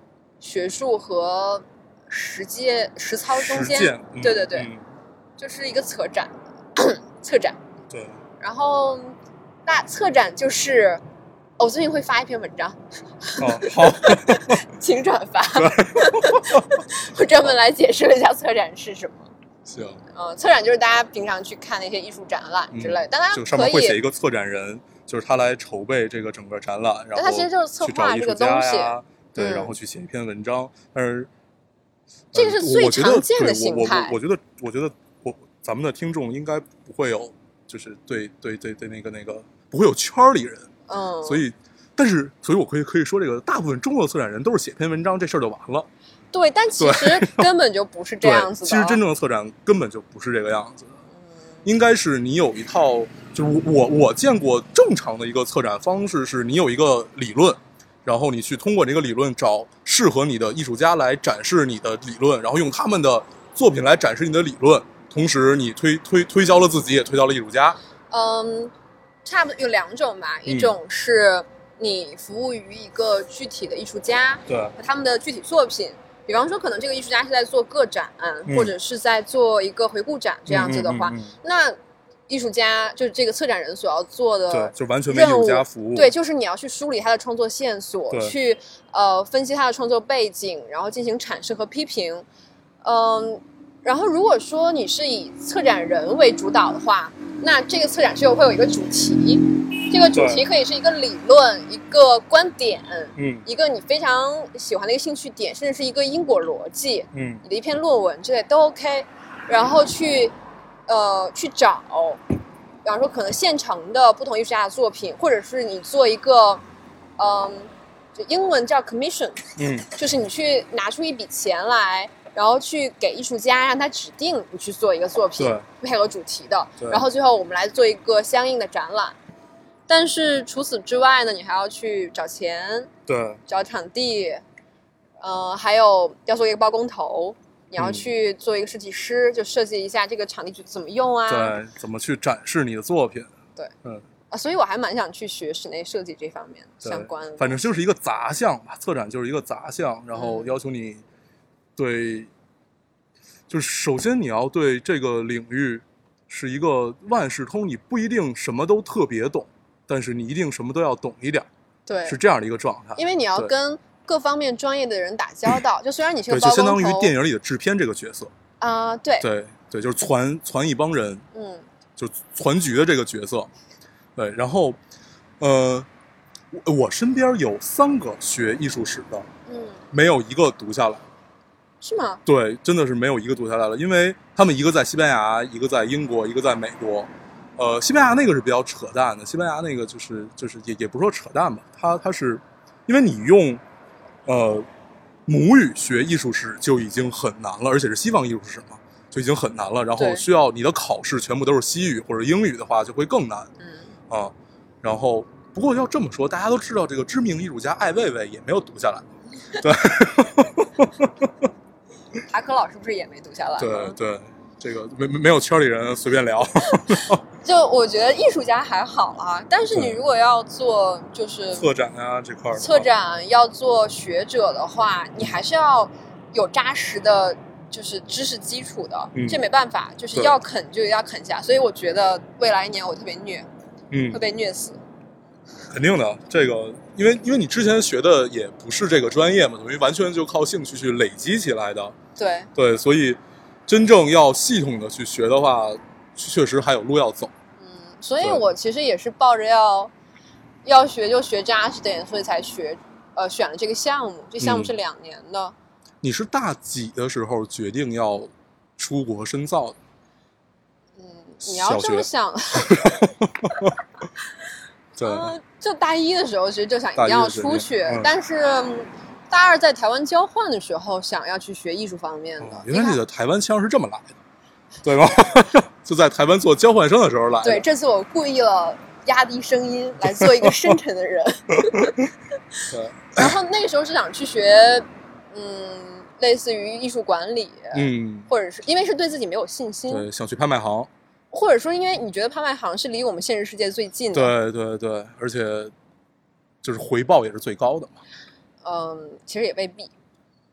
[SPEAKER 3] 学术和实践实操中间，
[SPEAKER 2] 实践嗯、
[SPEAKER 3] 对对对、
[SPEAKER 2] 嗯，
[SPEAKER 3] 就是一个策展，策展。
[SPEAKER 2] 对。
[SPEAKER 3] 然后大策展就是，我最近会发一篇文章，
[SPEAKER 2] 哦，好，
[SPEAKER 3] 请转发。我专门来解释了一下策展是什么。
[SPEAKER 2] 行，
[SPEAKER 3] 呃，策展就是大家平常去看那些艺术展览之类，
[SPEAKER 2] 嗯、
[SPEAKER 3] 但它
[SPEAKER 2] 就上面会写一个策展人，就是他来筹备这个整个展览，然后
[SPEAKER 3] 他其实就是策划这个东西，
[SPEAKER 2] 对、
[SPEAKER 3] 嗯，
[SPEAKER 2] 然后去写一篇文章。但是
[SPEAKER 3] 这个是最常见的形态。
[SPEAKER 2] 我我我觉得，我觉得我咱们的听众应该不会有，就是对对对对那个那个不会有圈里人，
[SPEAKER 3] 嗯，
[SPEAKER 2] 所以，但是所以我可以可以说，这个大部分中国策展人都是写篇文章，这事儿就完了。
[SPEAKER 3] 对，但其实根本就不是这样子的。
[SPEAKER 2] 其实真正的策展根本就不是这个样子的，应该是你有一套，就是我我见过正常的一个策展方式，是你有一个理论，然后你去通过这个理论找适合你的艺术家来展示你的理论，然后用他们的作品来展示你的理论，同时你推推推销了自己，也推销了艺术家。
[SPEAKER 3] 嗯，差不多有两种吧，一种是你服务于一个具体的艺术家，
[SPEAKER 2] 对，
[SPEAKER 3] 和他们的具体作品。比方说可能这个艺术家是在做个展、嗯、或者是在做一个回顾展这样子的话、嗯嗯嗯嗯、那艺术家就是这个策展人所要做的
[SPEAKER 2] 对，就完全为艺术家服务。
[SPEAKER 3] 对，就是你要去梳理他的创作线索，去呃分析他的创作背景，然后进行阐释和批评。嗯，然后如果说你是以策展人为主导的话，那这个策展就会有一个主题，这个主题可以是一个理论，一个观点，嗯，一个你非常喜欢的一个兴趣点，甚至是一个因果逻辑，嗯，你的一篇论文之类都 OK， 然后去呃去找，比方说可能现成的不同艺术家的作品，或者是你做一个嗯，就英文叫 commission， 嗯，就是你去拿出一笔钱来，然后去给艺术家让他指定你去做一个作品，配合主题的，然后最后我们来做一个相应的展览。但是除此之外呢，你还要去找钱，
[SPEAKER 2] 对，
[SPEAKER 3] 找场地，呃，还有要做一个包工头，你要去做一个设计师，嗯、就设计一下这个场地怎么用啊，
[SPEAKER 2] 对，怎么去展示你的作品，
[SPEAKER 3] 对，嗯。啊，所以我还蛮想去学室内设计这方面相关的。
[SPEAKER 2] 反正就是一个杂项吧，策展就是一个杂项，然后要求你对，嗯、就是首先你要对这个领域是一个万事通，你不一定什么都特别懂，但是你一定什么都要懂一点，
[SPEAKER 3] 对，
[SPEAKER 2] 是这样的一个状态。
[SPEAKER 3] 因为你要跟各方面专业的人打交道，就虽然你是个包工头，
[SPEAKER 2] 对，就相当于电影里的制片这个角色
[SPEAKER 3] 啊、呃，对
[SPEAKER 2] 对对，就是传传一帮人，
[SPEAKER 3] 嗯，
[SPEAKER 2] 就传局的这个角色。对，然后，呃，我身边有三个学艺术史的，嗯，没有一个读下来，
[SPEAKER 3] 是吗？
[SPEAKER 2] 对，真的是没有一个读下来了，因为他们一个在西班牙，一个在英国，一个在美国。呃，西班牙那个是比较扯淡的，西班牙那个就是就是也也不是说扯淡吧，它它是因为你用呃母语学艺术史就已经很难了，而且是西方艺术史嘛，就已经很难了。然后需要你的考试全部都是西语或者英语的话，就会更难。嗯。啊，然后不过要这么说，大家都知道这个知名艺术家艾未未也没有读下来，对。
[SPEAKER 3] 塔可老师不是也没读下来吗？
[SPEAKER 2] 对对，这个没没有圈里人随便聊。
[SPEAKER 3] 就我觉得艺术家还好啦，但是你如果要做就是
[SPEAKER 2] 策展啊这块，
[SPEAKER 3] 策展要做学者的话，你还是要有扎实的。就是知识基础的，嗯、这没办法，就是要啃就要啃下，所以我觉得未来一年我特别虐，嗯，会被虐死。
[SPEAKER 2] 肯定的，这个因为因为你之前学的也不是这个专业嘛，等于完全就靠兴趣去累积起来的。
[SPEAKER 3] 对
[SPEAKER 2] 对，所以真正要系统的去学的话，确实还有路要走。
[SPEAKER 3] 嗯，所以我其实也是抱着要要学就学扎实点，所以才学呃选了这个项目，这项目是两年的。嗯，
[SPEAKER 2] 你是大几的时候决定要出国深造的？
[SPEAKER 3] 嗯，你要这么想，
[SPEAKER 2] 对、
[SPEAKER 3] 呃，就大一的时候其实就想一定要出去，
[SPEAKER 2] 嗯、
[SPEAKER 3] 但是大二在台湾交换的时候想要去学艺术方面的。哦、
[SPEAKER 2] 原来你的台湾腔是这么来的，对吗？就在台湾做交换生的时候来的。
[SPEAKER 3] 对，这次我故意了压低声音来做一个深沉的人。
[SPEAKER 2] 对，
[SPEAKER 3] 然后那个时候是想去学，嗯。类似于艺术管理，嗯，或者是因为是对自己没有信心，
[SPEAKER 2] 对，想去拍卖行，
[SPEAKER 3] 或者说因为你觉得拍卖行是离我们现实世界最近
[SPEAKER 2] 的，对对对，而且就是回报也是最高的嘛。
[SPEAKER 3] 嗯，其实也未必。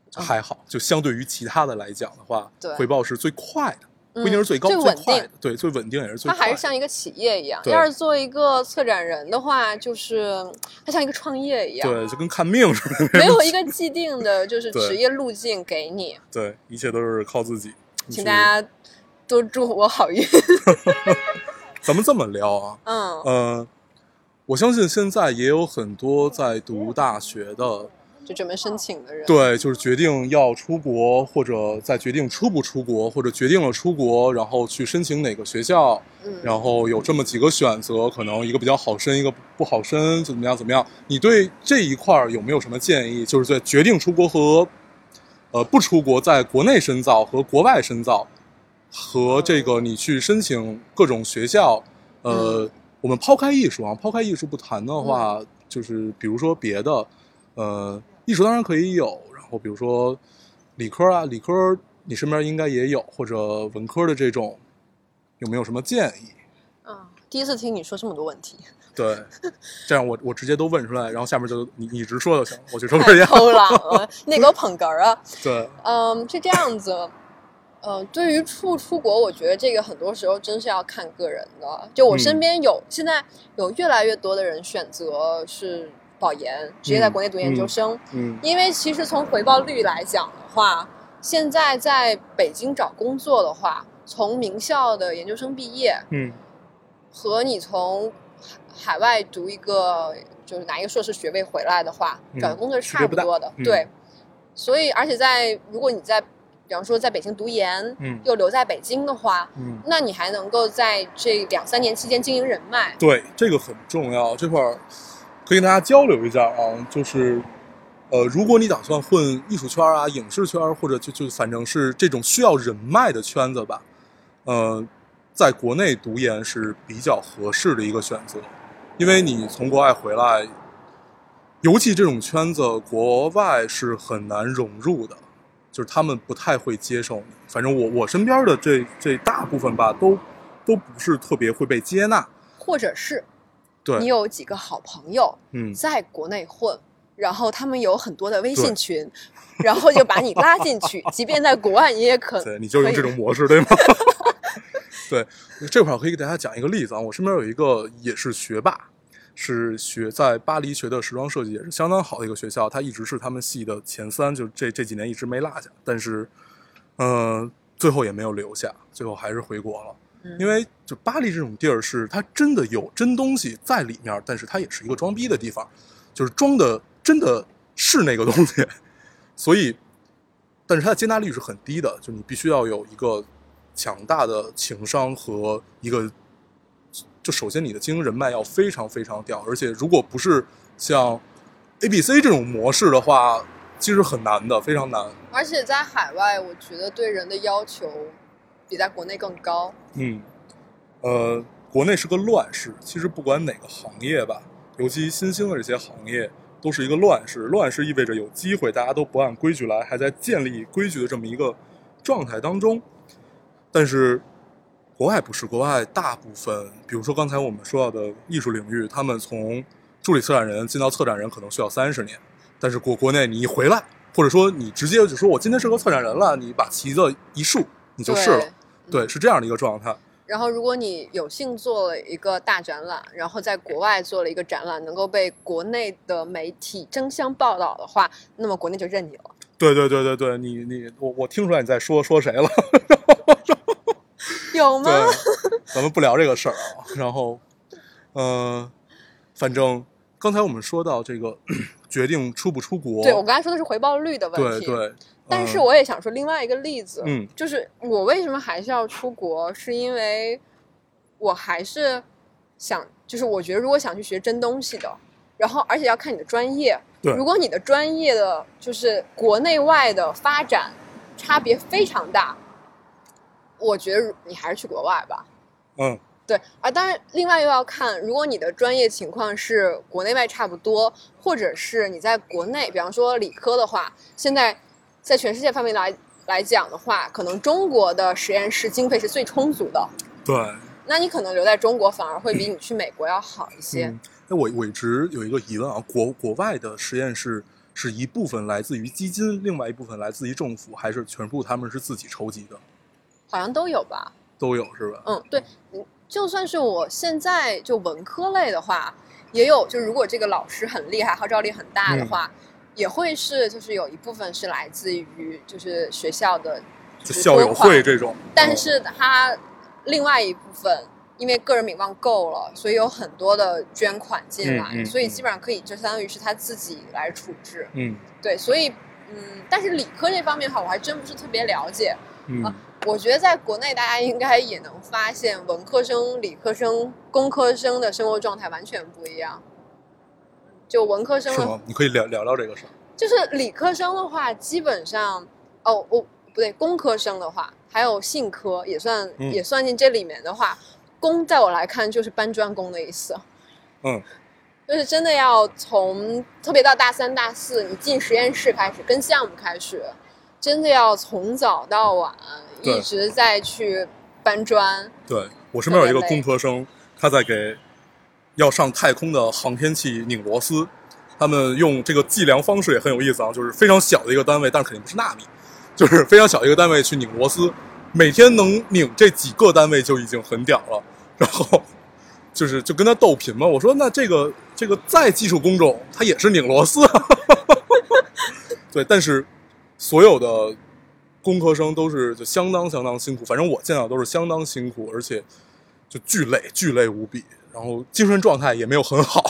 [SPEAKER 2] 还好，就相对于其他的来讲的话，
[SPEAKER 3] 对
[SPEAKER 2] 回报是最快的。
[SPEAKER 3] 嗯
[SPEAKER 2] 不一定是最高、
[SPEAKER 3] 最稳定
[SPEAKER 2] 快的，对，最稳定也是最
[SPEAKER 3] 它
[SPEAKER 2] 快的。
[SPEAKER 3] 还是像一个企业一样。
[SPEAKER 2] 对
[SPEAKER 3] 要是做一个策展人的话，就是它像一个创业一样，
[SPEAKER 2] 对，就跟看命似的，
[SPEAKER 3] 没有一个既定的就是
[SPEAKER 2] 对
[SPEAKER 3] 职业路径给你。
[SPEAKER 2] 对，一切都是靠自己。
[SPEAKER 3] 请大家多祝我好运。
[SPEAKER 2] 咱们这么聊啊，
[SPEAKER 3] 嗯，
[SPEAKER 2] 呃，我相信现在也有很多在读大学的。
[SPEAKER 3] 就准备申请的人，
[SPEAKER 2] 对，就是决定要出国，或者在决定出不出国，或者决定了出国，然后去申请哪个学校，
[SPEAKER 3] 嗯，
[SPEAKER 2] 然后有这么几个选择，可能一个比较好申，一个不好申，怎么样怎么样？你对这一块有没有什么建议？就是在决定出国和呃不出国，在国内深造和国外深造，和这个你去申请各种学校，呃，
[SPEAKER 3] 嗯、
[SPEAKER 2] 我们抛开艺术啊，抛开艺术不谈的话，嗯、就是比如说别的，呃。艺术当然可以有，然后比如说理科啊，理科你身边应该也有，或者文科的这种，有没有什么建议？
[SPEAKER 3] 啊，第一次听你说这么多问题。
[SPEAKER 2] 对，这样我我直接都问出来，然后下面就你你直说就行，我就抽根烟。
[SPEAKER 3] 太偷懒了，那给我捧哏啊！
[SPEAKER 2] 对，
[SPEAKER 3] 嗯，是这样子。呃，对于出出国，我觉得这个很多时候真是要看个人的。就我身边有、嗯、现在有越来越多的人选择是。保研直接在国内读研究生，
[SPEAKER 2] 嗯，嗯
[SPEAKER 3] 因为其实从回报率来讲的话，现在在北京找工作的话，从名校的研究生毕业，
[SPEAKER 2] 嗯，
[SPEAKER 3] 和你从海外读一个就是拿一个硕士学位回来的话，
[SPEAKER 2] 嗯、
[SPEAKER 3] 找的工作是差不多的，
[SPEAKER 2] 嗯、
[SPEAKER 3] 对。所以，而且在如果你在，比方说在北京读研，
[SPEAKER 2] 嗯，
[SPEAKER 3] 又留在北京的话，
[SPEAKER 2] 嗯，
[SPEAKER 3] 那你还能够在这两三年期间经营人脉，
[SPEAKER 2] 对，这个很重要，这块儿。可以跟大家交流一下啊，就是，呃，如果你打算混艺术圈啊、影视圈，或者就就反正是这种需要人脉的圈子吧，呃，在国内读研是比较合适的一个选择，因为你从国外回来，尤其这种圈子，国外是很难融入的，就是他们不太会接受你。反正我我身边的这这大部分吧，都都不是特别会被接纳，
[SPEAKER 3] 或者是。
[SPEAKER 2] 对，
[SPEAKER 3] 你有几个好朋友，
[SPEAKER 2] 嗯，
[SPEAKER 3] 在国内混，然后他们有很多的微信群，然后就把你拉进去，即便在国外，你也可
[SPEAKER 2] 对，你就用这种模式，对吗？对，这块儿可以给大家讲一个例子啊，我身边有一个也是学霸，是学在巴黎学的时装设计，也是相当好的一个学校，他一直是他们系的前三，就这这几年一直没落下，但是，呃，最后也没有留下，最后还是回国了。因为就巴黎这种地儿是它真的有真东西在里面，但是它也是一个装逼的地方，就是装的真的是那个东西，所以但是它的接纳率是很低的，就你必须要有一个强大的情商和一个，就首先你的经营人脉要非常非常屌，而且如果不是像 A B C 这种模式的话，其实很难的，非常难。
[SPEAKER 3] 而且在海外，我觉得对人的要求比在国内更高。
[SPEAKER 2] 嗯，呃，国内是个乱世，其实不管哪个行业吧，尤其新兴的这些行业，都是一个乱世。乱世意味着有机会，大家都不按规矩来，还在建立规矩的这么一个状态当中。但是国外不是，国外大部分，比如说刚才我们说到的艺术领域，他们从助理策展人进到策展人可能需要三十年，但是国国内你一回来，或者说你直接就说我今天是个策展人了，你把旗子一竖，你就是了。对，是这样的一个状态。
[SPEAKER 3] 然后，如果你有幸做了一个大展览，然后在国外做了一个展览，能够被国内的媒体争相报道的话，那么国内就认你了。
[SPEAKER 2] 对对对对对，你你我我听出来你在说说谁了？
[SPEAKER 3] 有吗？
[SPEAKER 2] 咱们不聊这个事儿啊。然后，呃，反正刚才我们说到这个决定出不出国，
[SPEAKER 3] 对我刚才说的是回报率的问题。
[SPEAKER 2] 对对。
[SPEAKER 3] 但是我也想说另外一个例子，
[SPEAKER 2] 嗯，
[SPEAKER 3] 就是我为什么还是要出国，是因为我还是想，就是我觉得如果想去学真东西的，然后而且要看你的专业，
[SPEAKER 2] 对，
[SPEAKER 3] 如果你的专业的就是国内外的发展差别非常大，我觉得你还是去国外吧。
[SPEAKER 2] 嗯，
[SPEAKER 3] 对，而当然另外又要看，如果你的专业情况是国内外差不多，或者是你在国内，比方说理科的话，现在在全世界范围来来讲的话，可能中国的实验室经费是最充足的。
[SPEAKER 2] 对，
[SPEAKER 3] 那你可能留在中国反而会比你去美国要好一些。
[SPEAKER 2] 嗯，那我我一直有一个疑问啊，国国外的实验室是一部分来自于基金，另外一部分来自于政府，还是全部他们是自己筹集的？
[SPEAKER 3] 好像都有吧。
[SPEAKER 2] 都有是吧？
[SPEAKER 3] 嗯，对，就算是我现在就文科类的话，也有，就如果这个老师很厉害，号召力很大的话，嗯、也会是就是有一部分是来自于就是学校的就
[SPEAKER 2] 校友会这种，
[SPEAKER 3] 但是他另外一部分因为个人名望够了，所以有很多的捐款进来，
[SPEAKER 2] 嗯嗯、
[SPEAKER 3] 所以基本上可以就相当于是他自己来处置。
[SPEAKER 2] 嗯，
[SPEAKER 3] 对，所以嗯，但是理科这方面的话，我还真不是特别了解。
[SPEAKER 2] 嗯。
[SPEAKER 3] 啊我觉得在国内，大家应该也能发现，文科生、理科生、工科生的生活状态完全不一样。就文科生
[SPEAKER 2] 是吗？你可以聊聊聊这个事儿。
[SPEAKER 3] 就是理科生的话，基本上，哦，我、哦、不对，工科生的话，还有信科也算、嗯、也算进这里面的话，工在我来看就是搬砖工的意思。
[SPEAKER 2] 嗯，
[SPEAKER 3] 就是真的要从特别到大三、大四，你进实验室开始，跟项目开始，真的要从早到晚。一直在去搬砖。
[SPEAKER 2] 对，我身边有一个工科生，他在给要上太空的航天器拧螺丝。他们用这个计量方式也很有意思啊，就是非常小的一个单位，但是肯定不是纳米，就是非常小一个单位去拧螺丝，每天能拧这几个单位就已经很屌了。然后就是就跟他斗贫嘛，我说那这个这个再技术工种，他也是拧螺丝。对，但是所有的工科生都是就相当相当辛苦，反正我见到都是相当辛苦，而且就巨累，巨累无比，然后精神状态也没有很好。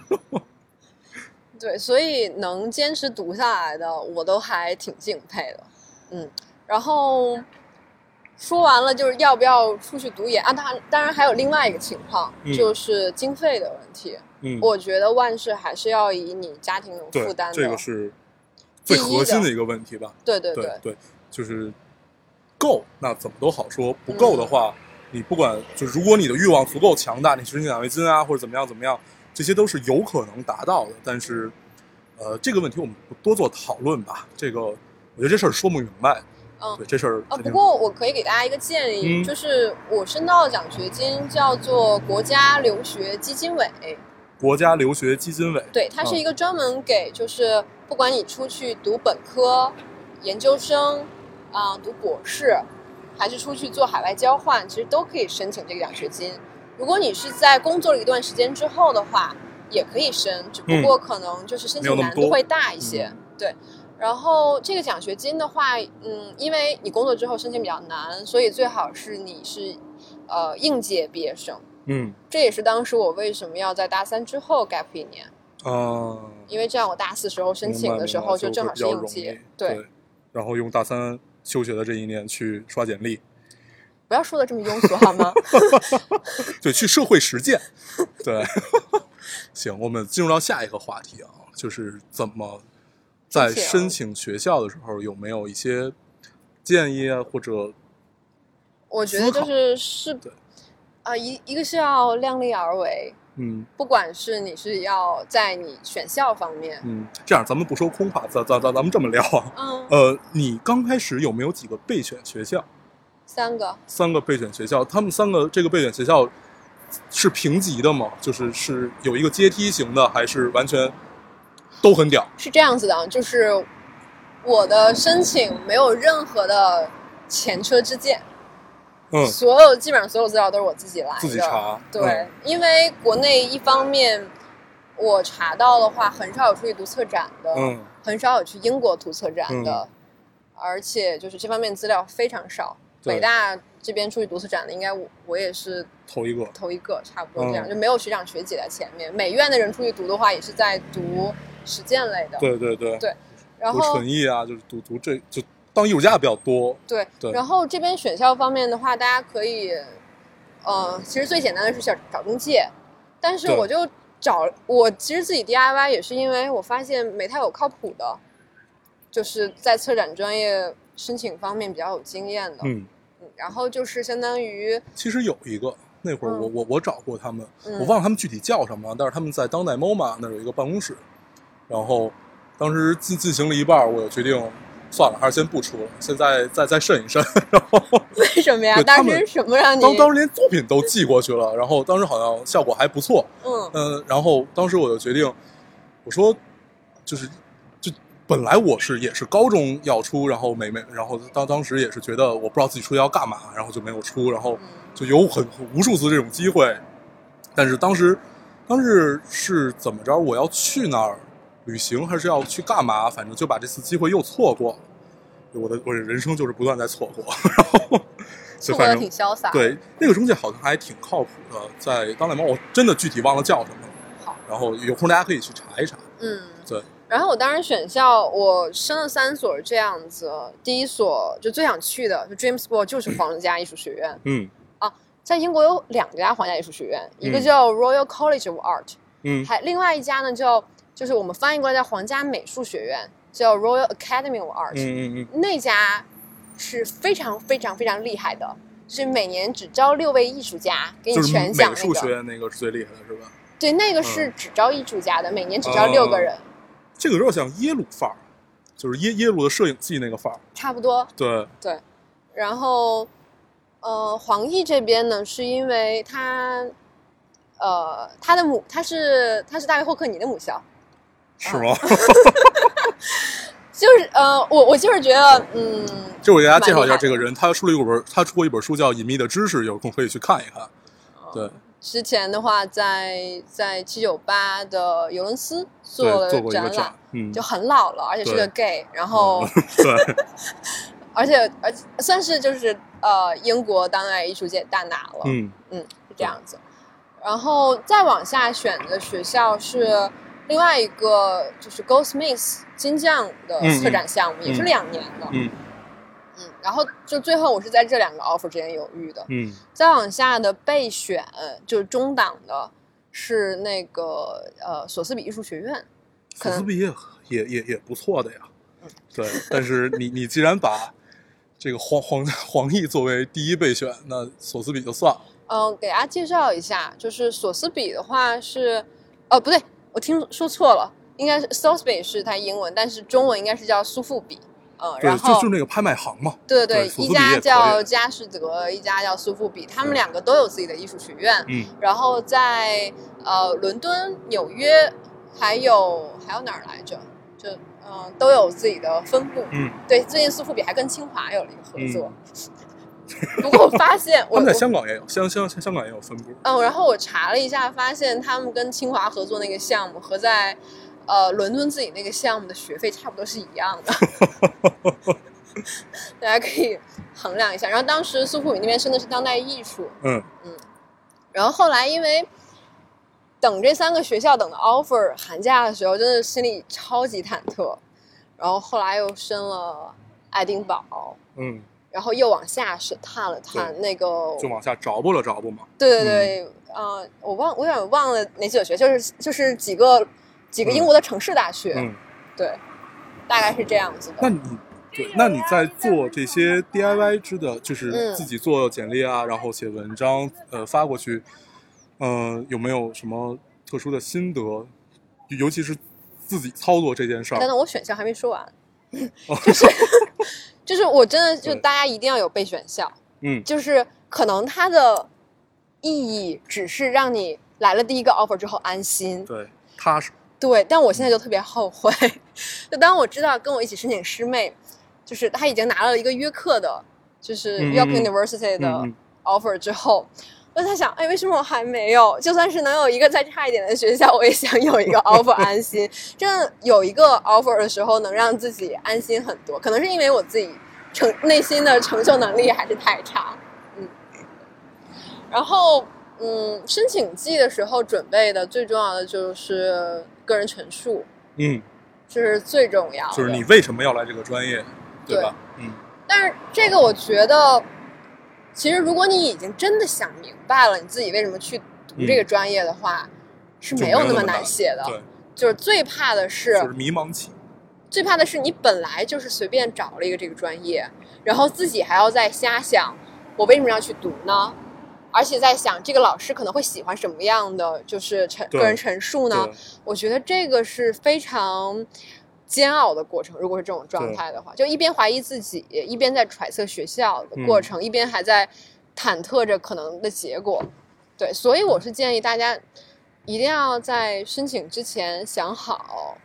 [SPEAKER 3] 对，所以能坚持读下来的，我都还挺敬佩的。嗯，然后说完了就是要不要出去读研啊？当然，当然还有另外一个情况，嗯、就是经费的问题。嗯，我觉得万事还是要以你家庭有负担的，
[SPEAKER 2] 这个是最核心的一个问题吧。
[SPEAKER 3] 对对
[SPEAKER 2] 对 对, 对，就是够，那怎么都好说；不够的话，嗯、你不管就如果你的欲望足够强大，你申请奖学金啊，或者怎么样怎么样，这些都是有可能达到的。但是，呃，这个问题我们不多做讨论吧。这个，我觉得这事儿说不明白。嗯，对这事儿。
[SPEAKER 3] 啊，不过我可以给大家一个建议，嗯、就是我申到的奖学金叫做国家留学基金委。
[SPEAKER 2] 国家留学基金委，
[SPEAKER 3] 对，它是一个专门给，就是不管你出去读本科、研究生，啊、呃，读博士，还是出去做海外交换，其实都可以申请这个奖学金。如果你是在工作了一段时间之后的话，也可以申，只不过可能就是申请难度会大一些。嗯、对，然后这个奖学金的话，嗯，因为你工作之后申请比较难，所以最好是你是呃应届毕业生。
[SPEAKER 2] 嗯，
[SPEAKER 3] 这也是当时我为什么要在大三之后 gap 一年
[SPEAKER 2] 啊、呃，
[SPEAKER 3] 因为这样我大四时候申请的时候就正好是应届，对,
[SPEAKER 2] 对，然后用大三休学的这一年去刷简历，
[SPEAKER 3] 不要说的这么庸俗好吗？
[SPEAKER 2] 对，去社会实践，对，行，我们进入到下一个话题啊，就是怎么在申请学校的时候有没有一些建议啊，或者
[SPEAKER 3] 我觉得就是是。
[SPEAKER 2] 对
[SPEAKER 3] 啊、呃，一一个是要量力而为，
[SPEAKER 2] 嗯，
[SPEAKER 3] 不管是你是要在你选校方面，
[SPEAKER 2] 嗯，这样咱们不说空话，咱咱咱咱们这么聊啊，
[SPEAKER 3] 嗯，
[SPEAKER 2] 呃，你刚开始有没有几个备选学校？
[SPEAKER 3] 三个，
[SPEAKER 2] 三个备选学校，他们三个这个备选学校是评级的吗？就是是有一个阶梯型的，还是完全都很屌？
[SPEAKER 3] 是这样子的，就是我的申请没有任何的前车之鉴。
[SPEAKER 2] 嗯，
[SPEAKER 3] 所有基本上所有资料都是我自己来的，
[SPEAKER 2] 自己查。
[SPEAKER 3] 对、
[SPEAKER 2] 嗯，
[SPEAKER 3] 因为国内一方面我查到的话，很少有出去读策展的，
[SPEAKER 2] 嗯，
[SPEAKER 3] 很少有去英国读策展的，
[SPEAKER 2] 嗯、
[SPEAKER 3] 而且就是这方面资料非常少。北大这边出去读策展的，应该我我也是
[SPEAKER 2] 头一个，
[SPEAKER 3] 头一个差不多这样，
[SPEAKER 2] 嗯、
[SPEAKER 3] 就没有学长学姐在前面。美院的人出去读的话，也是在读实践类的。
[SPEAKER 2] 对对对
[SPEAKER 3] 对，然后
[SPEAKER 2] 读纯艺啊，就是读读这就。当艺术家比较多，
[SPEAKER 3] 对
[SPEAKER 2] 对。
[SPEAKER 3] 然后这边选校方面的话，大家可以，呃，其实最简单的是找找中介，但是我就找我其实自己 D I Y 也是因为我发现没太有靠谱的，就是在策展专业申请方面比较有经验的，
[SPEAKER 2] 嗯
[SPEAKER 3] 嗯，然后就是相当于，
[SPEAKER 2] 其实有一个那会儿我、嗯、我我找过他们、
[SPEAKER 3] 嗯，
[SPEAKER 2] 我忘了他们具体叫什么了，但是他们在当代 M O M A 那有一个办公室，然后当时进进行了一半，我决定。算了，还是先不出了，现在再再慎一慎。然后
[SPEAKER 3] 为什么呀？当时什么让你？
[SPEAKER 2] 当当时连作品都寄过去了，然后当时好像效果还不错。
[SPEAKER 3] 嗯
[SPEAKER 2] 嗯、呃，然后当时我就决定，我说，就是就本来我是也是高中要出，然后没没，然后当当时也是觉得我不知道自己出去要干嘛，然后就没有出，然后就有很无数次这种机会，但是当时当时是怎么着？我要去那儿旅行还是要去干嘛？反正就把这次机会又错过了。我的我的人生就是不断在错过，然后
[SPEAKER 3] 错过的挺潇洒。
[SPEAKER 2] 对，那个中介好像还挺靠谱的，在当代猫，我真的具体忘了叫什么了。
[SPEAKER 3] 好，
[SPEAKER 2] 然后有空大家可以去查一查。
[SPEAKER 3] 嗯，
[SPEAKER 2] 对。
[SPEAKER 3] 然后我当时选校，我升了三所这样子，第一所就最想去的，就 Dream School 就是皇家艺术学院。
[SPEAKER 2] 嗯。
[SPEAKER 3] 啊，在英国有两家皇家艺术学院，一个叫 Royal College of Art，
[SPEAKER 2] 嗯，
[SPEAKER 3] 还另外一家呢叫就是我们翻译过来叫皇家美术学院，叫 Royal Academy of Art。
[SPEAKER 2] 嗯嗯嗯。
[SPEAKER 3] 那家是非常非常非常厉害的，是每年只招六位艺术家给你全奖、那个。
[SPEAKER 2] 就是美术学院那个是最厉害的，是吧？
[SPEAKER 3] 对，那个是只招艺术家的，嗯、每年只招六个人。
[SPEAKER 2] 嗯这个有点像耶鲁范儿，就是耶耶鲁的摄影系那个范儿，
[SPEAKER 3] 差不多。
[SPEAKER 2] 对
[SPEAKER 3] 对，然后呃，黄奕这边呢，是因为他呃，他的母他是他是大卫霍克尼的母校，
[SPEAKER 2] 是吗？
[SPEAKER 3] 嗯、就是呃，我我就是觉得嗯，
[SPEAKER 2] 就我给大家介绍一下这个人，他出了一本他出过一本书叫《隐秘的知识》，有空可以去看一看。对。
[SPEAKER 3] 之前的话在，在在七九八的尤伦斯做了展览，
[SPEAKER 2] 嗯，
[SPEAKER 3] 就很老了，而且是个 gay， 然后，
[SPEAKER 2] 嗯、对，
[SPEAKER 3] 而且而且算是就是呃英国当代艺术界大拿了，
[SPEAKER 2] 嗯
[SPEAKER 3] 嗯是这样子。然后再往下选的学校是另外一个就是 Goldsmiths 金匠的策展项目，
[SPEAKER 2] 嗯、
[SPEAKER 3] 也是两年的，
[SPEAKER 2] 嗯。
[SPEAKER 3] 嗯，然后就最后我是在这两个 offer 之间犹豫的。
[SPEAKER 2] 嗯，
[SPEAKER 3] 再往下的备选就是中档的，是那个呃索斯比艺术学院。
[SPEAKER 2] 索斯比也也也也不错的呀。嗯，对。但是你你既然把这个黄黄黄奕作为第一备选，那索斯比就算了。
[SPEAKER 3] 嗯、呃，给大家介绍一下，就是索斯比的话是，哦不对，我听说错了，应该是 Sotheby 是它英文，但是中文应该是叫苏富比。嗯，然后
[SPEAKER 2] 就就那个拍卖行嘛，
[SPEAKER 3] 对对对，一家叫佳士得，一家叫苏富比，他们两个都有自己的艺术学院。
[SPEAKER 2] 嗯，
[SPEAKER 3] 然后在呃伦敦、纽约，还有还有哪儿来着？就嗯、呃、都有自己的分部。
[SPEAKER 2] 嗯，
[SPEAKER 3] 对，最近苏富比还跟清华有了一个合作。嗯、不过我发现我
[SPEAKER 2] 他们在香港也有，香香香港也有分部。
[SPEAKER 3] 嗯，然后我查了一下，发现他们跟清华合作那个项目和在。呃，伦敦自己那个项目的学费差不多是一样的，大家可以衡量一下。然后当时苏富比那边升的是当代艺术，
[SPEAKER 2] 嗯
[SPEAKER 3] 嗯，然后后来因为等这三个学校等的 offer 寒假的时候，真的心里超级忐忑。然后后来又升了爱丁堡，
[SPEAKER 2] 嗯，
[SPEAKER 3] 然后又往下是探了探那个，
[SPEAKER 2] 就往下找不了找不嘛。
[SPEAKER 3] 对对对，嗯、呃，我忘我有点忘了哪几所学，就是就是几个。几个英国的城市大学，
[SPEAKER 2] 嗯，
[SPEAKER 3] 对，大概是这样子的。
[SPEAKER 2] 那你对，那你在做这些 D I Y 之的，就是自己做简历啊，嗯、然后写文章，呃，发过去，呃，有没有什么特殊的心得？尤其是自己操作这件事儿。
[SPEAKER 3] 等等，我选项还没说完，就是就是我真的就大家一定要有备选项，
[SPEAKER 2] 嗯，
[SPEAKER 3] 就是可能它的意义只是让你来了第一个 offer 之后安心，
[SPEAKER 2] 对，踏实。
[SPEAKER 3] 对，但我现在就特别后悔。就当我知道跟我一起申请师妹，就是她已经拿了一个约克的，就是 York University 的 offer 之后，嗯嗯我在想，哎，为什么我还没有？就算是能有一个再差一点的学校，我也想有一个 offer 安心。真的有一个 offer 的时候，能让自己安心很多。可能是因为我自己承内心的承受能力还是太差，嗯。然后，嗯，申请季的时候准备的最重要的就是个人陈述，
[SPEAKER 2] 嗯，
[SPEAKER 3] 这是最重要的，
[SPEAKER 2] 就是你为什么要来这个专业，对吧？
[SPEAKER 3] 对，嗯。但是这个我觉得，其实如果你已经真的想明白了你自己为什么去读这个专业的话，嗯、是没有那么难写的。
[SPEAKER 2] 对，
[SPEAKER 3] 就是最怕的是，
[SPEAKER 2] 就是迷茫期。
[SPEAKER 3] 最怕的是你本来就是随便找了一个这个专业，然后自己还要再瞎想，我为什么要去读呢？而且在想这个老师可能会喜欢什么样的就是陈个人陈述呢？我觉得这个是非常煎熬的过程。如果是这种状态的话，就一边怀疑自己，一边在揣测学校的过程，嗯、一边还在忐忑着可能的结果。对，所以我是建议大家一定要在申请之前想好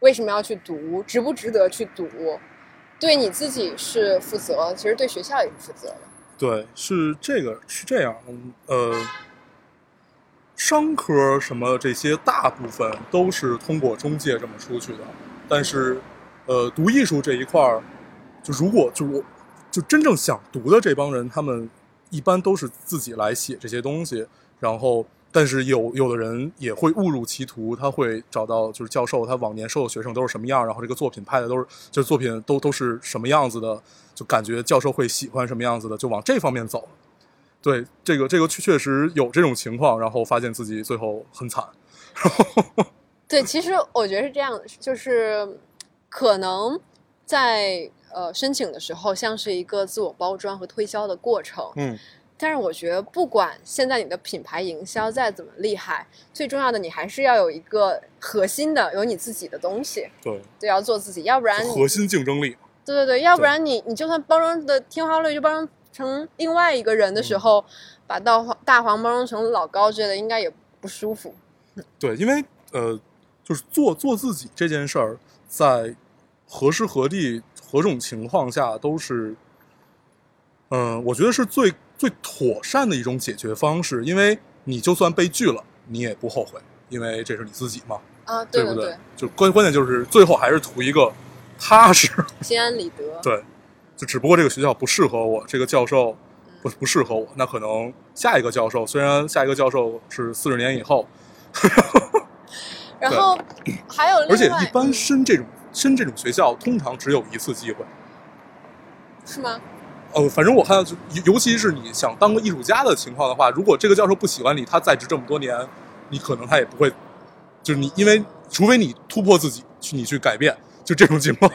[SPEAKER 3] 为什么要去读，值不值得去读，对你自己是负责，其实对学校也是负责的。
[SPEAKER 2] 对，是这个是这样，呃，商科什么这些大部分都是通过中介这么出去的，但是，呃，读艺术这一块儿，就如果就我就真正想读的这帮人，他们一般都是自己来写这些东西，然后。但是有有的人也会误入歧途，他会找到就是教授，他往年收的学生都是什么样，然后这个作品拍的都是就是作品都都是什么样子的，就感觉教授会喜欢什么样子的，就往这方面走。对，这个这个确实有这种情况，然后发现自己最后很惨。
[SPEAKER 3] 对，其实我觉得是这样，就是可能在呃申请的时候，像是一个自我包装和推销的过程。
[SPEAKER 2] 嗯。
[SPEAKER 3] 但是我觉得，不管现在你的品牌营销再怎么厉害，最重要的你还是要有一个核心的，有你自己的东西。
[SPEAKER 2] 对，
[SPEAKER 3] 对，要做自己，要不然
[SPEAKER 2] 核心竞争力。
[SPEAKER 3] 对对对，要不然你你就算包装的天花乱坠，就包装成另外一个人的时候，嗯、把大黄大黄包装成老高之类的，应该也不舒服。
[SPEAKER 2] 对，因为呃，就是做做自己这件事儿，在何时何地何种情况下都是，嗯、呃，我觉得是最。最妥善的一种解决方式，因为你就算被拒了，你也不后悔，因为这是你自己嘛，
[SPEAKER 3] 啊，对
[SPEAKER 2] 不对？
[SPEAKER 3] 对，
[SPEAKER 2] 就关关键就是最后还是图一个踏实、
[SPEAKER 3] 心安理得。
[SPEAKER 2] 对，就只不过这个学校不适合我，这个教授不不适合我，那可能下一个教授，虽然下一个教授是四十年以后，
[SPEAKER 3] 然后还有另外，
[SPEAKER 2] 而且一般申这种申这种学校，通常只有一次机会，
[SPEAKER 3] 是吗？
[SPEAKER 2] 呃，反正我看到就，尤其是你想当个艺术家的情况的话，如果这个教授不喜欢你，他在职这么多年，你可能他也不会，就是你，因为除非你突破自己，去你去改变，就这种情况。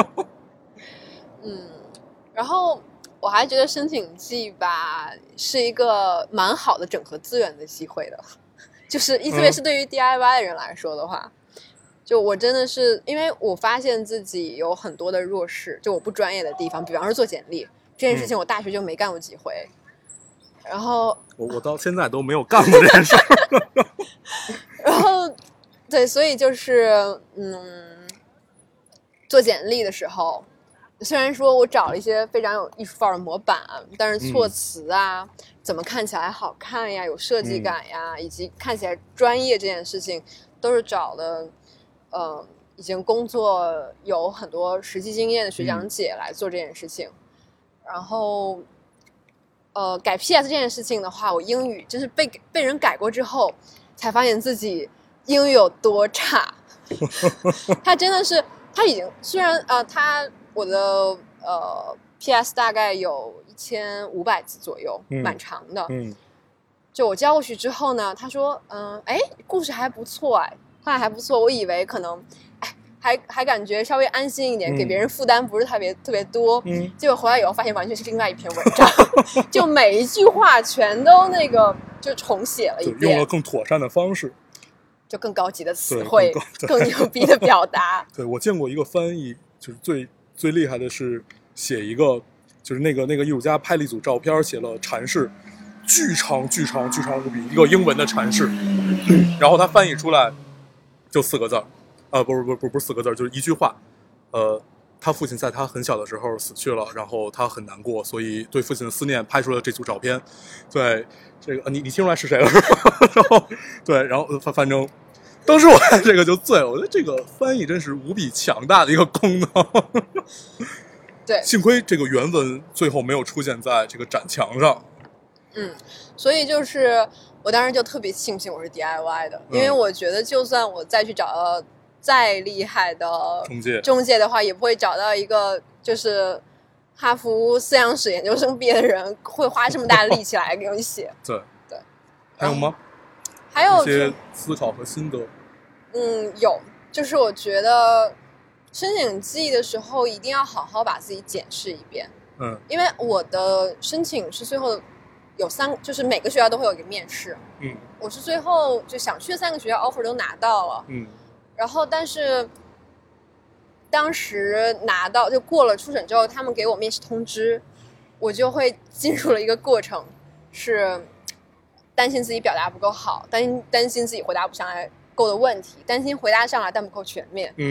[SPEAKER 3] 嗯，然后我还觉得申请季吧是一个蛮好的整合资源的机会的，就是特别是对于 D I Y 的人来说的话。嗯，就我真的是，因为我发现自己有很多的弱势，就我不专业的地方，比方说做简历这件事情，我大学就没干过几回。嗯、然后
[SPEAKER 2] 我我到现在都没有干过这件事儿。
[SPEAKER 3] 然后，对，所以就是嗯，做简历的时候，虽然说我找了一些非常有艺术范儿的模板，但是措辞啊、嗯，怎么看起来好看呀，有设计感呀，嗯、以及看起来专业这件事情，都是找的。呃，已经工作有很多实际经验的学长姐来做这件事情，嗯、然后，呃，改 P S 这件事情的话，我英语就是被被人改过之后，才发现自己英语有多差。他真的是，他已经虽然呃，他我的呃 P S 大概有一千五百字左右，嗯、蛮长的。嗯，就我交过去之后呢，他说，嗯、呃，哎，故事还不错哎。看还不错，我以为可能，哎，还还感觉稍微安心一点，嗯、给别人负担不是特别特别多。嗯，结果回来以后发现完全是另外一篇文章，就每一句话全都那个就重写了一遍，
[SPEAKER 2] 用了更妥善的方式，
[SPEAKER 3] 就更高级的词汇，更牛逼的表达。
[SPEAKER 2] 对，我见过一个翻译，就是最最厉害的是写一个，就是那个那个艺术家拍了一组照片，写了阐释。巨长巨长巨长无比，一个英文的阐释，然后他翻译出来就四个字，呃，不是不是不是不是四个字，就是一句话，呃，他父亲在他很小的时候死去了，然后他很难过，所以对父亲的思念拍出了这组照片。对，这个你你听出来是谁了是吧？然后对，然后反反正当时我看这个就醉了，我觉得这个翻译真是无比强大的一个功能。
[SPEAKER 3] 对，
[SPEAKER 2] 幸亏这个原文最后没有出现在这个展墙上。
[SPEAKER 3] 嗯，所以就是我当时就特别庆幸我是 D I Y 的，因为我觉得就算我再去找到再厉害的
[SPEAKER 2] 中介
[SPEAKER 3] 中介的话，也不会找到一个就是哈佛思想史研究生毕业的人会花这么大的力气来给你写。
[SPEAKER 2] 对
[SPEAKER 3] 对，
[SPEAKER 2] 还有吗？
[SPEAKER 3] 还有
[SPEAKER 2] 一些思考和心得。
[SPEAKER 3] 嗯，有，就是我觉得申请季的时候一定要好好把自己检视一遍。
[SPEAKER 2] 嗯，
[SPEAKER 3] 因为我的申请是最后有三，就是每个学校都会有一个面试。
[SPEAKER 2] 嗯，
[SPEAKER 3] 我是最后就想去的三个学校 offer 都拿到了。
[SPEAKER 2] 嗯，
[SPEAKER 3] 然后但是当时拿到就过了初审之后，他们给我面试通知，我就会进入了一个过程，是担心自己表达不够好，担心担心自己回答不上来够的问题，担心回答上来但不够全面。
[SPEAKER 2] 嗯，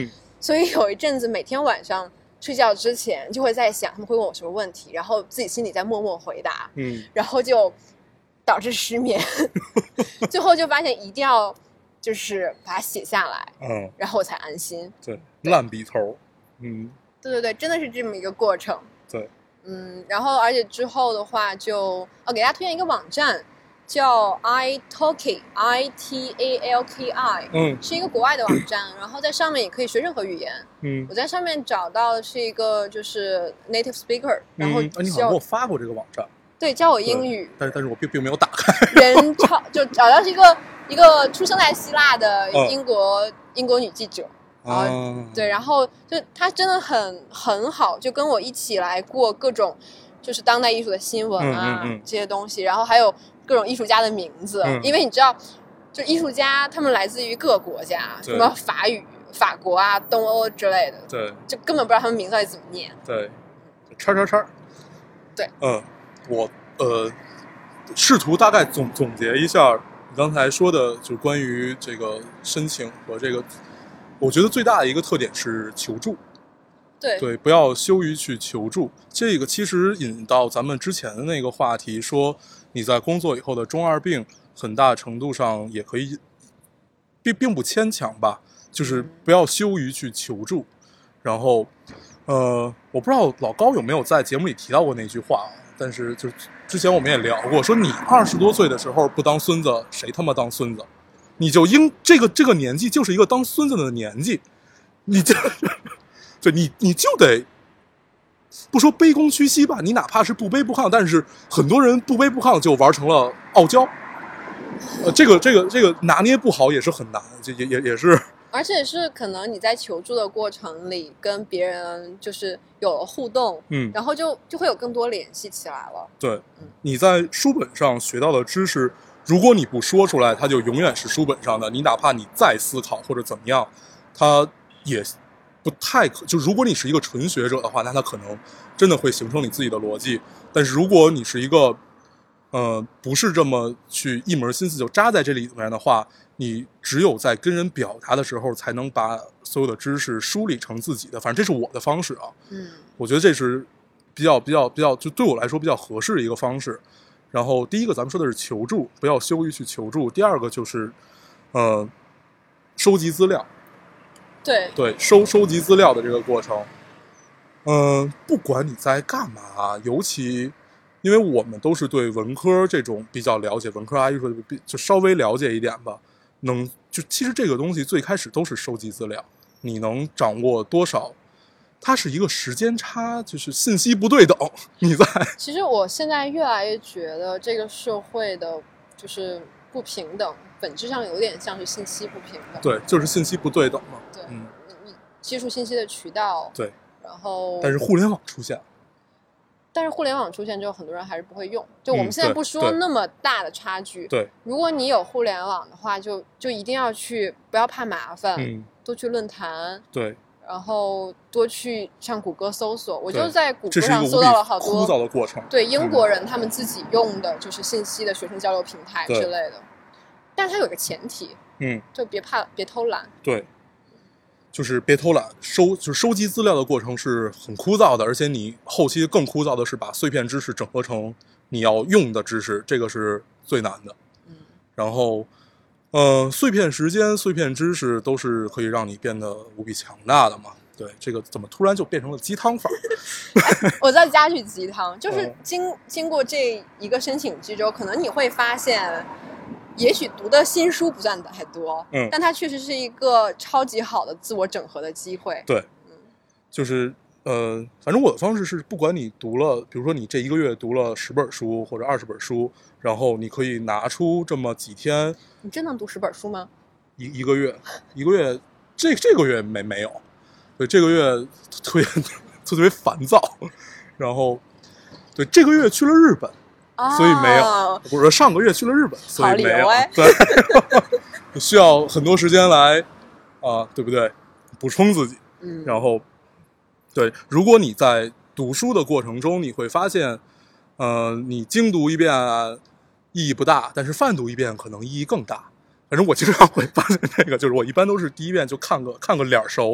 [SPEAKER 3] 所以有一阵子每天晚上睡觉之前就会在想他们会问我什么问题，然后自己心里在默默回答，
[SPEAKER 2] 嗯，
[SPEAKER 3] 然后就导致失眠。最后就发现一定要就是把它写下来，
[SPEAKER 2] 嗯，
[SPEAKER 3] 然后我才安心。
[SPEAKER 2] 对，烂笔头，嗯，
[SPEAKER 3] 对对对，真的是这么一个过程。
[SPEAKER 2] 对，
[SPEAKER 3] 嗯，然后而且之后的话就哦，给大家推荐一个网站，叫 iTalki I T A L K I，
[SPEAKER 2] 嗯，
[SPEAKER 3] 是一个国外的网站，然后在上面也可以学任何语言。
[SPEAKER 2] 嗯，
[SPEAKER 3] 我在上面找到的是一个就是 native speaker，然后
[SPEAKER 2] 嗯，啊，你好像给我发过这个网站，
[SPEAKER 3] 对，教我英语，
[SPEAKER 2] 但是但是我并并没有打开。
[SPEAKER 3] 人超就找到是一个一个出生在希腊的
[SPEAKER 2] 嗯
[SPEAKER 3] 英国、英国女记者。然后、
[SPEAKER 2] 啊，
[SPEAKER 3] 对，然后就她真的很很好，就跟我一起来过各种就是当代艺术的新闻啊、
[SPEAKER 2] 嗯嗯嗯
[SPEAKER 3] 这些东西，然后还有各种艺术家的名字，
[SPEAKER 2] 嗯
[SPEAKER 3] 因为你知道，就艺术家他们来自于各个国家，什么法语、法国啊、东欧之类的，
[SPEAKER 2] 对，
[SPEAKER 3] 就根本不知道他们名字到底怎么念。
[SPEAKER 2] 对，叉叉叉，
[SPEAKER 3] 对，
[SPEAKER 2] 嗯，我呃试图大概总总结一下你刚才说的，就是关于这个申请和这个。我觉得最大的一个特点是求助，
[SPEAKER 3] 对
[SPEAKER 2] 对，不要羞于去求助。这个其实引到咱们之前的那个话题，说你在工作以后的中二病，很大程度上也可以，并并不牵强吧，就是不要羞于去求助。然后，呃，我不知道老高有没有在节目里提到过那句话，但是就之前我们也聊过，说你二十多岁的时候不当孙子，谁他妈当孙子？你就应这个这个年纪就是一个当孙子的年纪，你就对你你就得不说卑躬屈膝吧，你哪怕是不卑不亢，但是很多人不卑不亢就玩成了傲娇，呃，这个这个这个拿捏不好也是很难，这也也也是。
[SPEAKER 3] 而且是可能你在求助的过程里跟别人就是有了互动，
[SPEAKER 2] 嗯，
[SPEAKER 3] 然后就就会有更多联系起来了。
[SPEAKER 2] 对，你在书本上学到的知识，如果你不说出来，它就永远是书本上的。你哪怕你再思考或者怎么样，它也不太可。就如果你是一个纯学者的话，那它可能真的会形成你自己的逻辑。但是如果你是一个呃不是这么去一门心思就扎在这里面的话，你只有在跟人表达的时候，才能把所有的知识梳理成自己的。反正这是我的方式啊，
[SPEAKER 3] 嗯，
[SPEAKER 2] 我觉得这是比较比较比较，就对我来说比较合适的一个方式。然后第一个咱们说的是求助，不要羞于去求助。第二个就是呃收集资料，
[SPEAKER 3] 对
[SPEAKER 2] 对，收收集资料的这个过程，嗯、呃，不管你在干嘛，尤其因为我们都是对文科这种比较了解，文科啊艺术就稍微了解一点吧。能就其实这个东西最开始都是收集资料，你能掌握多少？它是一个时间差，就是信息不对等。你在
[SPEAKER 3] 其实我现在越来越觉得这个社会的就是不平等，本质上有点像是信息不平等。
[SPEAKER 2] 对，就是信息不对等嘛。
[SPEAKER 3] 对，
[SPEAKER 2] 嗯，
[SPEAKER 3] 你接触信息的渠道，
[SPEAKER 2] 对，
[SPEAKER 3] 然后
[SPEAKER 2] 但是互联网出现，
[SPEAKER 3] 但是互联网出现之后，很多人还是不会用。就我们现在不说
[SPEAKER 2] 嗯、
[SPEAKER 3] 那么大的差距，
[SPEAKER 2] 对，
[SPEAKER 3] 如果你有互联网的话，就就一定要去，不要怕麻烦，
[SPEAKER 2] 嗯，
[SPEAKER 3] 多去论坛，
[SPEAKER 2] 对。
[SPEAKER 3] 然后多去上谷歌搜索，我就在谷歌
[SPEAKER 2] 这是一个
[SPEAKER 3] 上搜到了好多
[SPEAKER 2] 枯燥的过程。
[SPEAKER 3] 对英国人他们自己用的就是信息的学生交流平台之类的，但是它有个前提，
[SPEAKER 2] 嗯，
[SPEAKER 3] 就别怕别偷懒。
[SPEAKER 2] 对，就是别偷懒，收就是收集资料的过程是很枯燥的，而且你后期更枯燥的是把碎片知识整合成你要用的知识，这个是最难的。
[SPEAKER 3] 嗯，然
[SPEAKER 2] 后。呃，碎片时间、碎片知识都是可以让你变得无比强大的嘛。对，这个怎么突然就变成了鸡汤法？
[SPEAKER 3] 我再加句鸡汤，就是经、嗯、经过这一个申请之后，可能你会发现，也许读的新书不算太多，
[SPEAKER 2] 嗯，
[SPEAKER 3] 但它确实是一个超级好的自我整合的机会。
[SPEAKER 2] 对，嗯，就是呃，反正我的方式是，不管你读了，比如说你这一个月读了十本书或者二十本书，然后你可以拿出这么几天。
[SPEAKER 3] 你真能读十本书吗？
[SPEAKER 2] 一一个月，一个月，这这个月没没有，对，这个月特别特别烦躁，然后对这个月去了日本，
[SPEAKER 3] 哦、
[SPEAKER 2] 所以没有。我说上个月去了日本，所以没有。
[SPEAKER 3] 哎、
[SPEAKER 2] 对，需要很多时间来啊、呃，对不对？补充自己，
[SPEAKER 3] 嗯，
[SPEAKER 2] 然后对，如果你在读书的过程中，你会发现，呃，你精读一遍。意义不大，但是泛读一遍可能意义更大。反正我经常会发现这个，就是我一般都是第一遍就看个看个脸熟，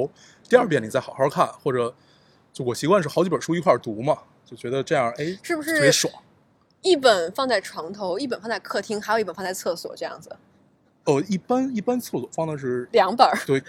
[SPEAKER 2] 第二遍你再好好看，或者就我习惯是好几本书一块读嘛，就觉得这样哎，
[SPEAKER 3] 是不是
[SPEAKER 2] 特别爽？
[SPEAKER 3] 一本放在床头，一本放在客厅，还有一本放在厕所，这样子。
[SPEAKER 2] 哦，一般一般厕所放的是
[SPEAKER 3] 两本。
[SPEAKER 2] 对。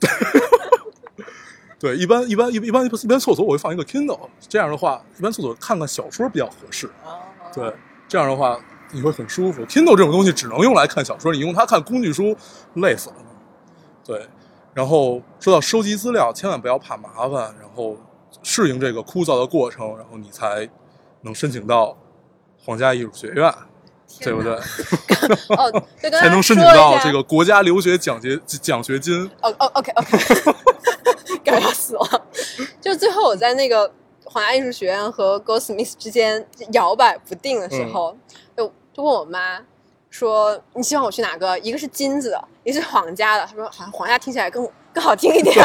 [SPEAKER 2] 对，一般一般一般一般一般厕所我会放一个 Kindle， 这样的话，一般厕所看看小说比较合适。对，这样的话你会很舒服。Kindle 这种东西只能用来看小说，你用它看工具书累死了。对，然后说到收集资料，千万不要怕麻烦，然后适应这个枯燥的过程，然后你才能申请到皇家艺术学院，对不对？
[SPEAKER 3] 哦，对，
[SPEAKER 2] 才能申请到这个国家留学奖学奖学金。
[SPEAKER 3] 哦哦 ，OK OK。搞笑死我！就最后我在那个皇家艺术学院和 Goldsmith 之间摇摆不定的时候，嗯、就就问我妈说：“你希望我去哪个？一个是金子的，一个是皇家的。”她说：“好像皇家听起来更更好听一点。”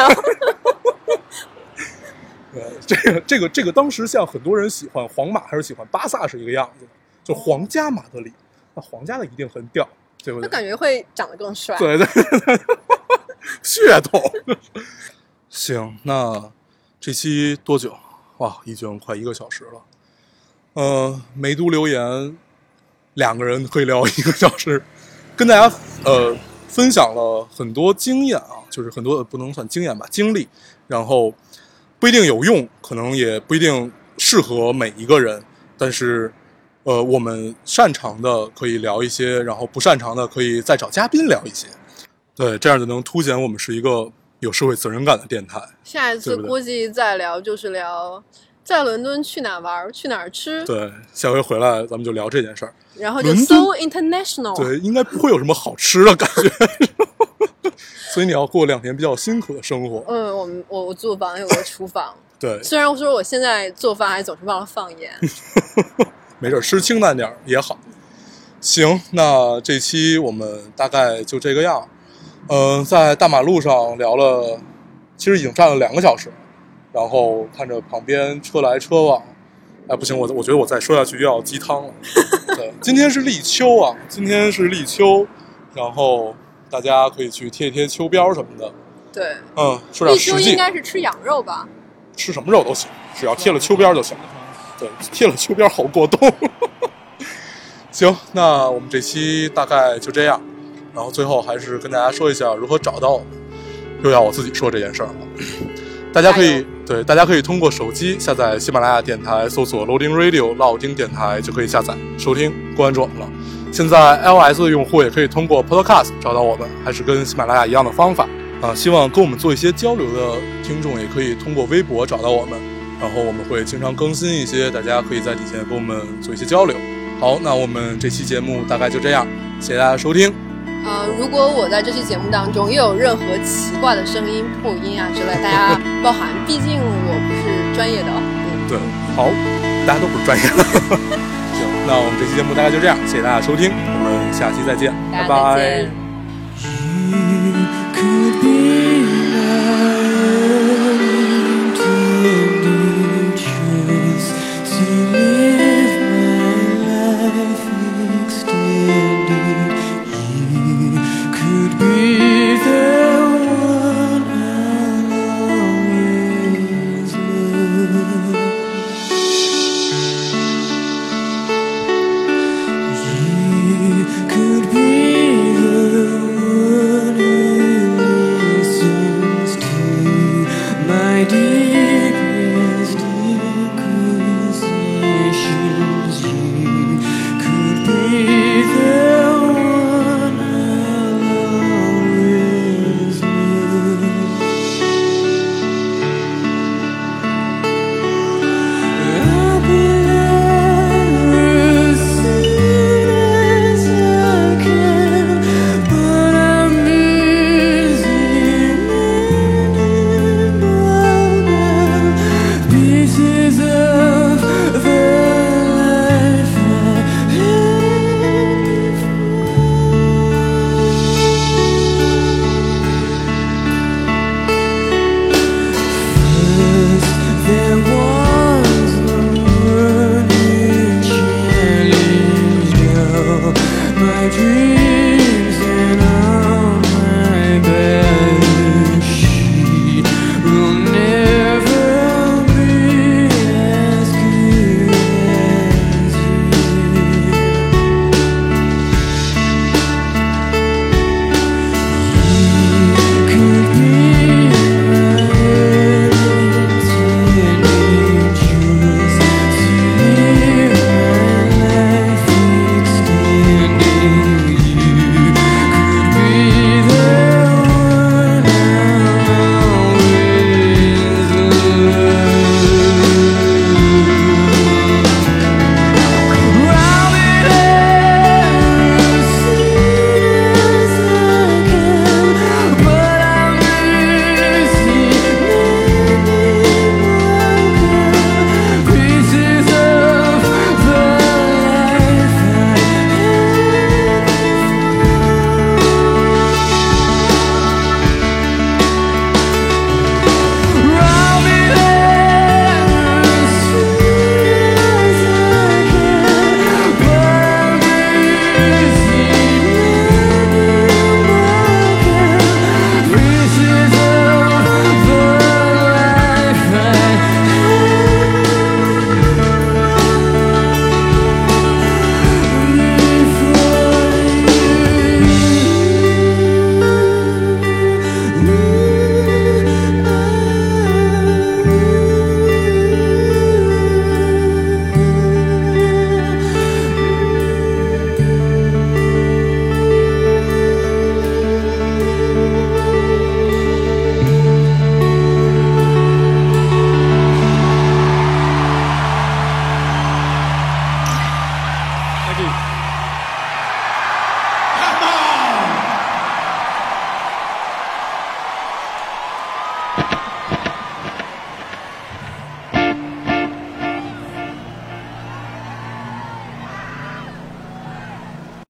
[SPEAKER 2] 对，这个这个这个，当时像很多人喜欢皇马还是喜欢巴萨是一个样子，就皇家马德里，那皇家的一定很屌，对不对？
[SPEAKER 3] 就感觉会长得更帅。
[SPEAKER 2] 对对对，血统。行，那这期多久？哇，已经快一个小时了。呃，没读留言，两个人可以聊一个小时，跟大家呃分享了很多经验啊，就是很多不能算经验吧，经历，然后不一定有用，可能也不一定适合每一个人，但是呃，我们擅长的可以聊一些，然后不擅长的可以再找嘉宾聊一些，对，这样就能凸显我们是一个有社会责任感的电台。
[SPEAKER 3] 下一次估计再聊就是聊在伦敦去哪玩，去哪儿吃。
[SPEAKER 2] 对，下回回来咱们就聊这件事儿。
[SPEAKER 3] 然后就 so international。
[SPEAKER 2] 对，应该不会有什么好吃的感觉。所以你要过两年比较辛苦的生活。
[SPEAKER 3] 嗯，我们我我住房有个厨房。
[SPEAKER 2] 对，
[SPEAKER 3] 虽然我说我现在做饭还总是忘了放盐。
[SPEAKER 2] 没事，吃清淡点也好。行，那这期我们大概就这个样。嗯、呃，在大马路上聊了，其实已经站了两个小时，然后看着旁边车来车往，哎，不行，我我觉得我再说下去又要鸡汤了。对，今天是立秋啊，今天是立秋，然后大家可以去贴一贴秋膘什么的。
[SPEAKER 3] 对，
[SPEAKER 2] 嗯，说点实际。
[SPEAKER 3] 立秋应该是吃羊肉吧？
[SPEAKER 2] 吃什么肉都行，只要贴了秋膘就行。对，贴了秋膘好过冬。行，那我们这期大概就这样。然后最后还是跟大家说一下如何找到我们，又要我自己说这件事儿了。大家可以对大家可以通过手机下载喜马拉雅电台，搜索 Loading Radio 老丁电台就可以下载收听关注我们了。现在 iOS 的用户也可以通过 Podcast 找到我们，还是跟喜马拉雅一样的方法啊。希望跟我们做一些交流的听众也可以通过微博找到我们，然后我们会经常更新一些，大家可以在底下跟我们做一些交流。好，那我们这期节目大概就这样，谢谢大家收听。
[SPEAKER 3] 呃，如果我在这期节目当中又有任何奇怪的声音、破音啊之类，大家包涵，毕竟我不是专业的。嗯，
[SPEAKER 2] 对，好，大家都不是专业的。行，那我们这期节目大概就这样，谢谢大家收听，我们下期再见，拜拜。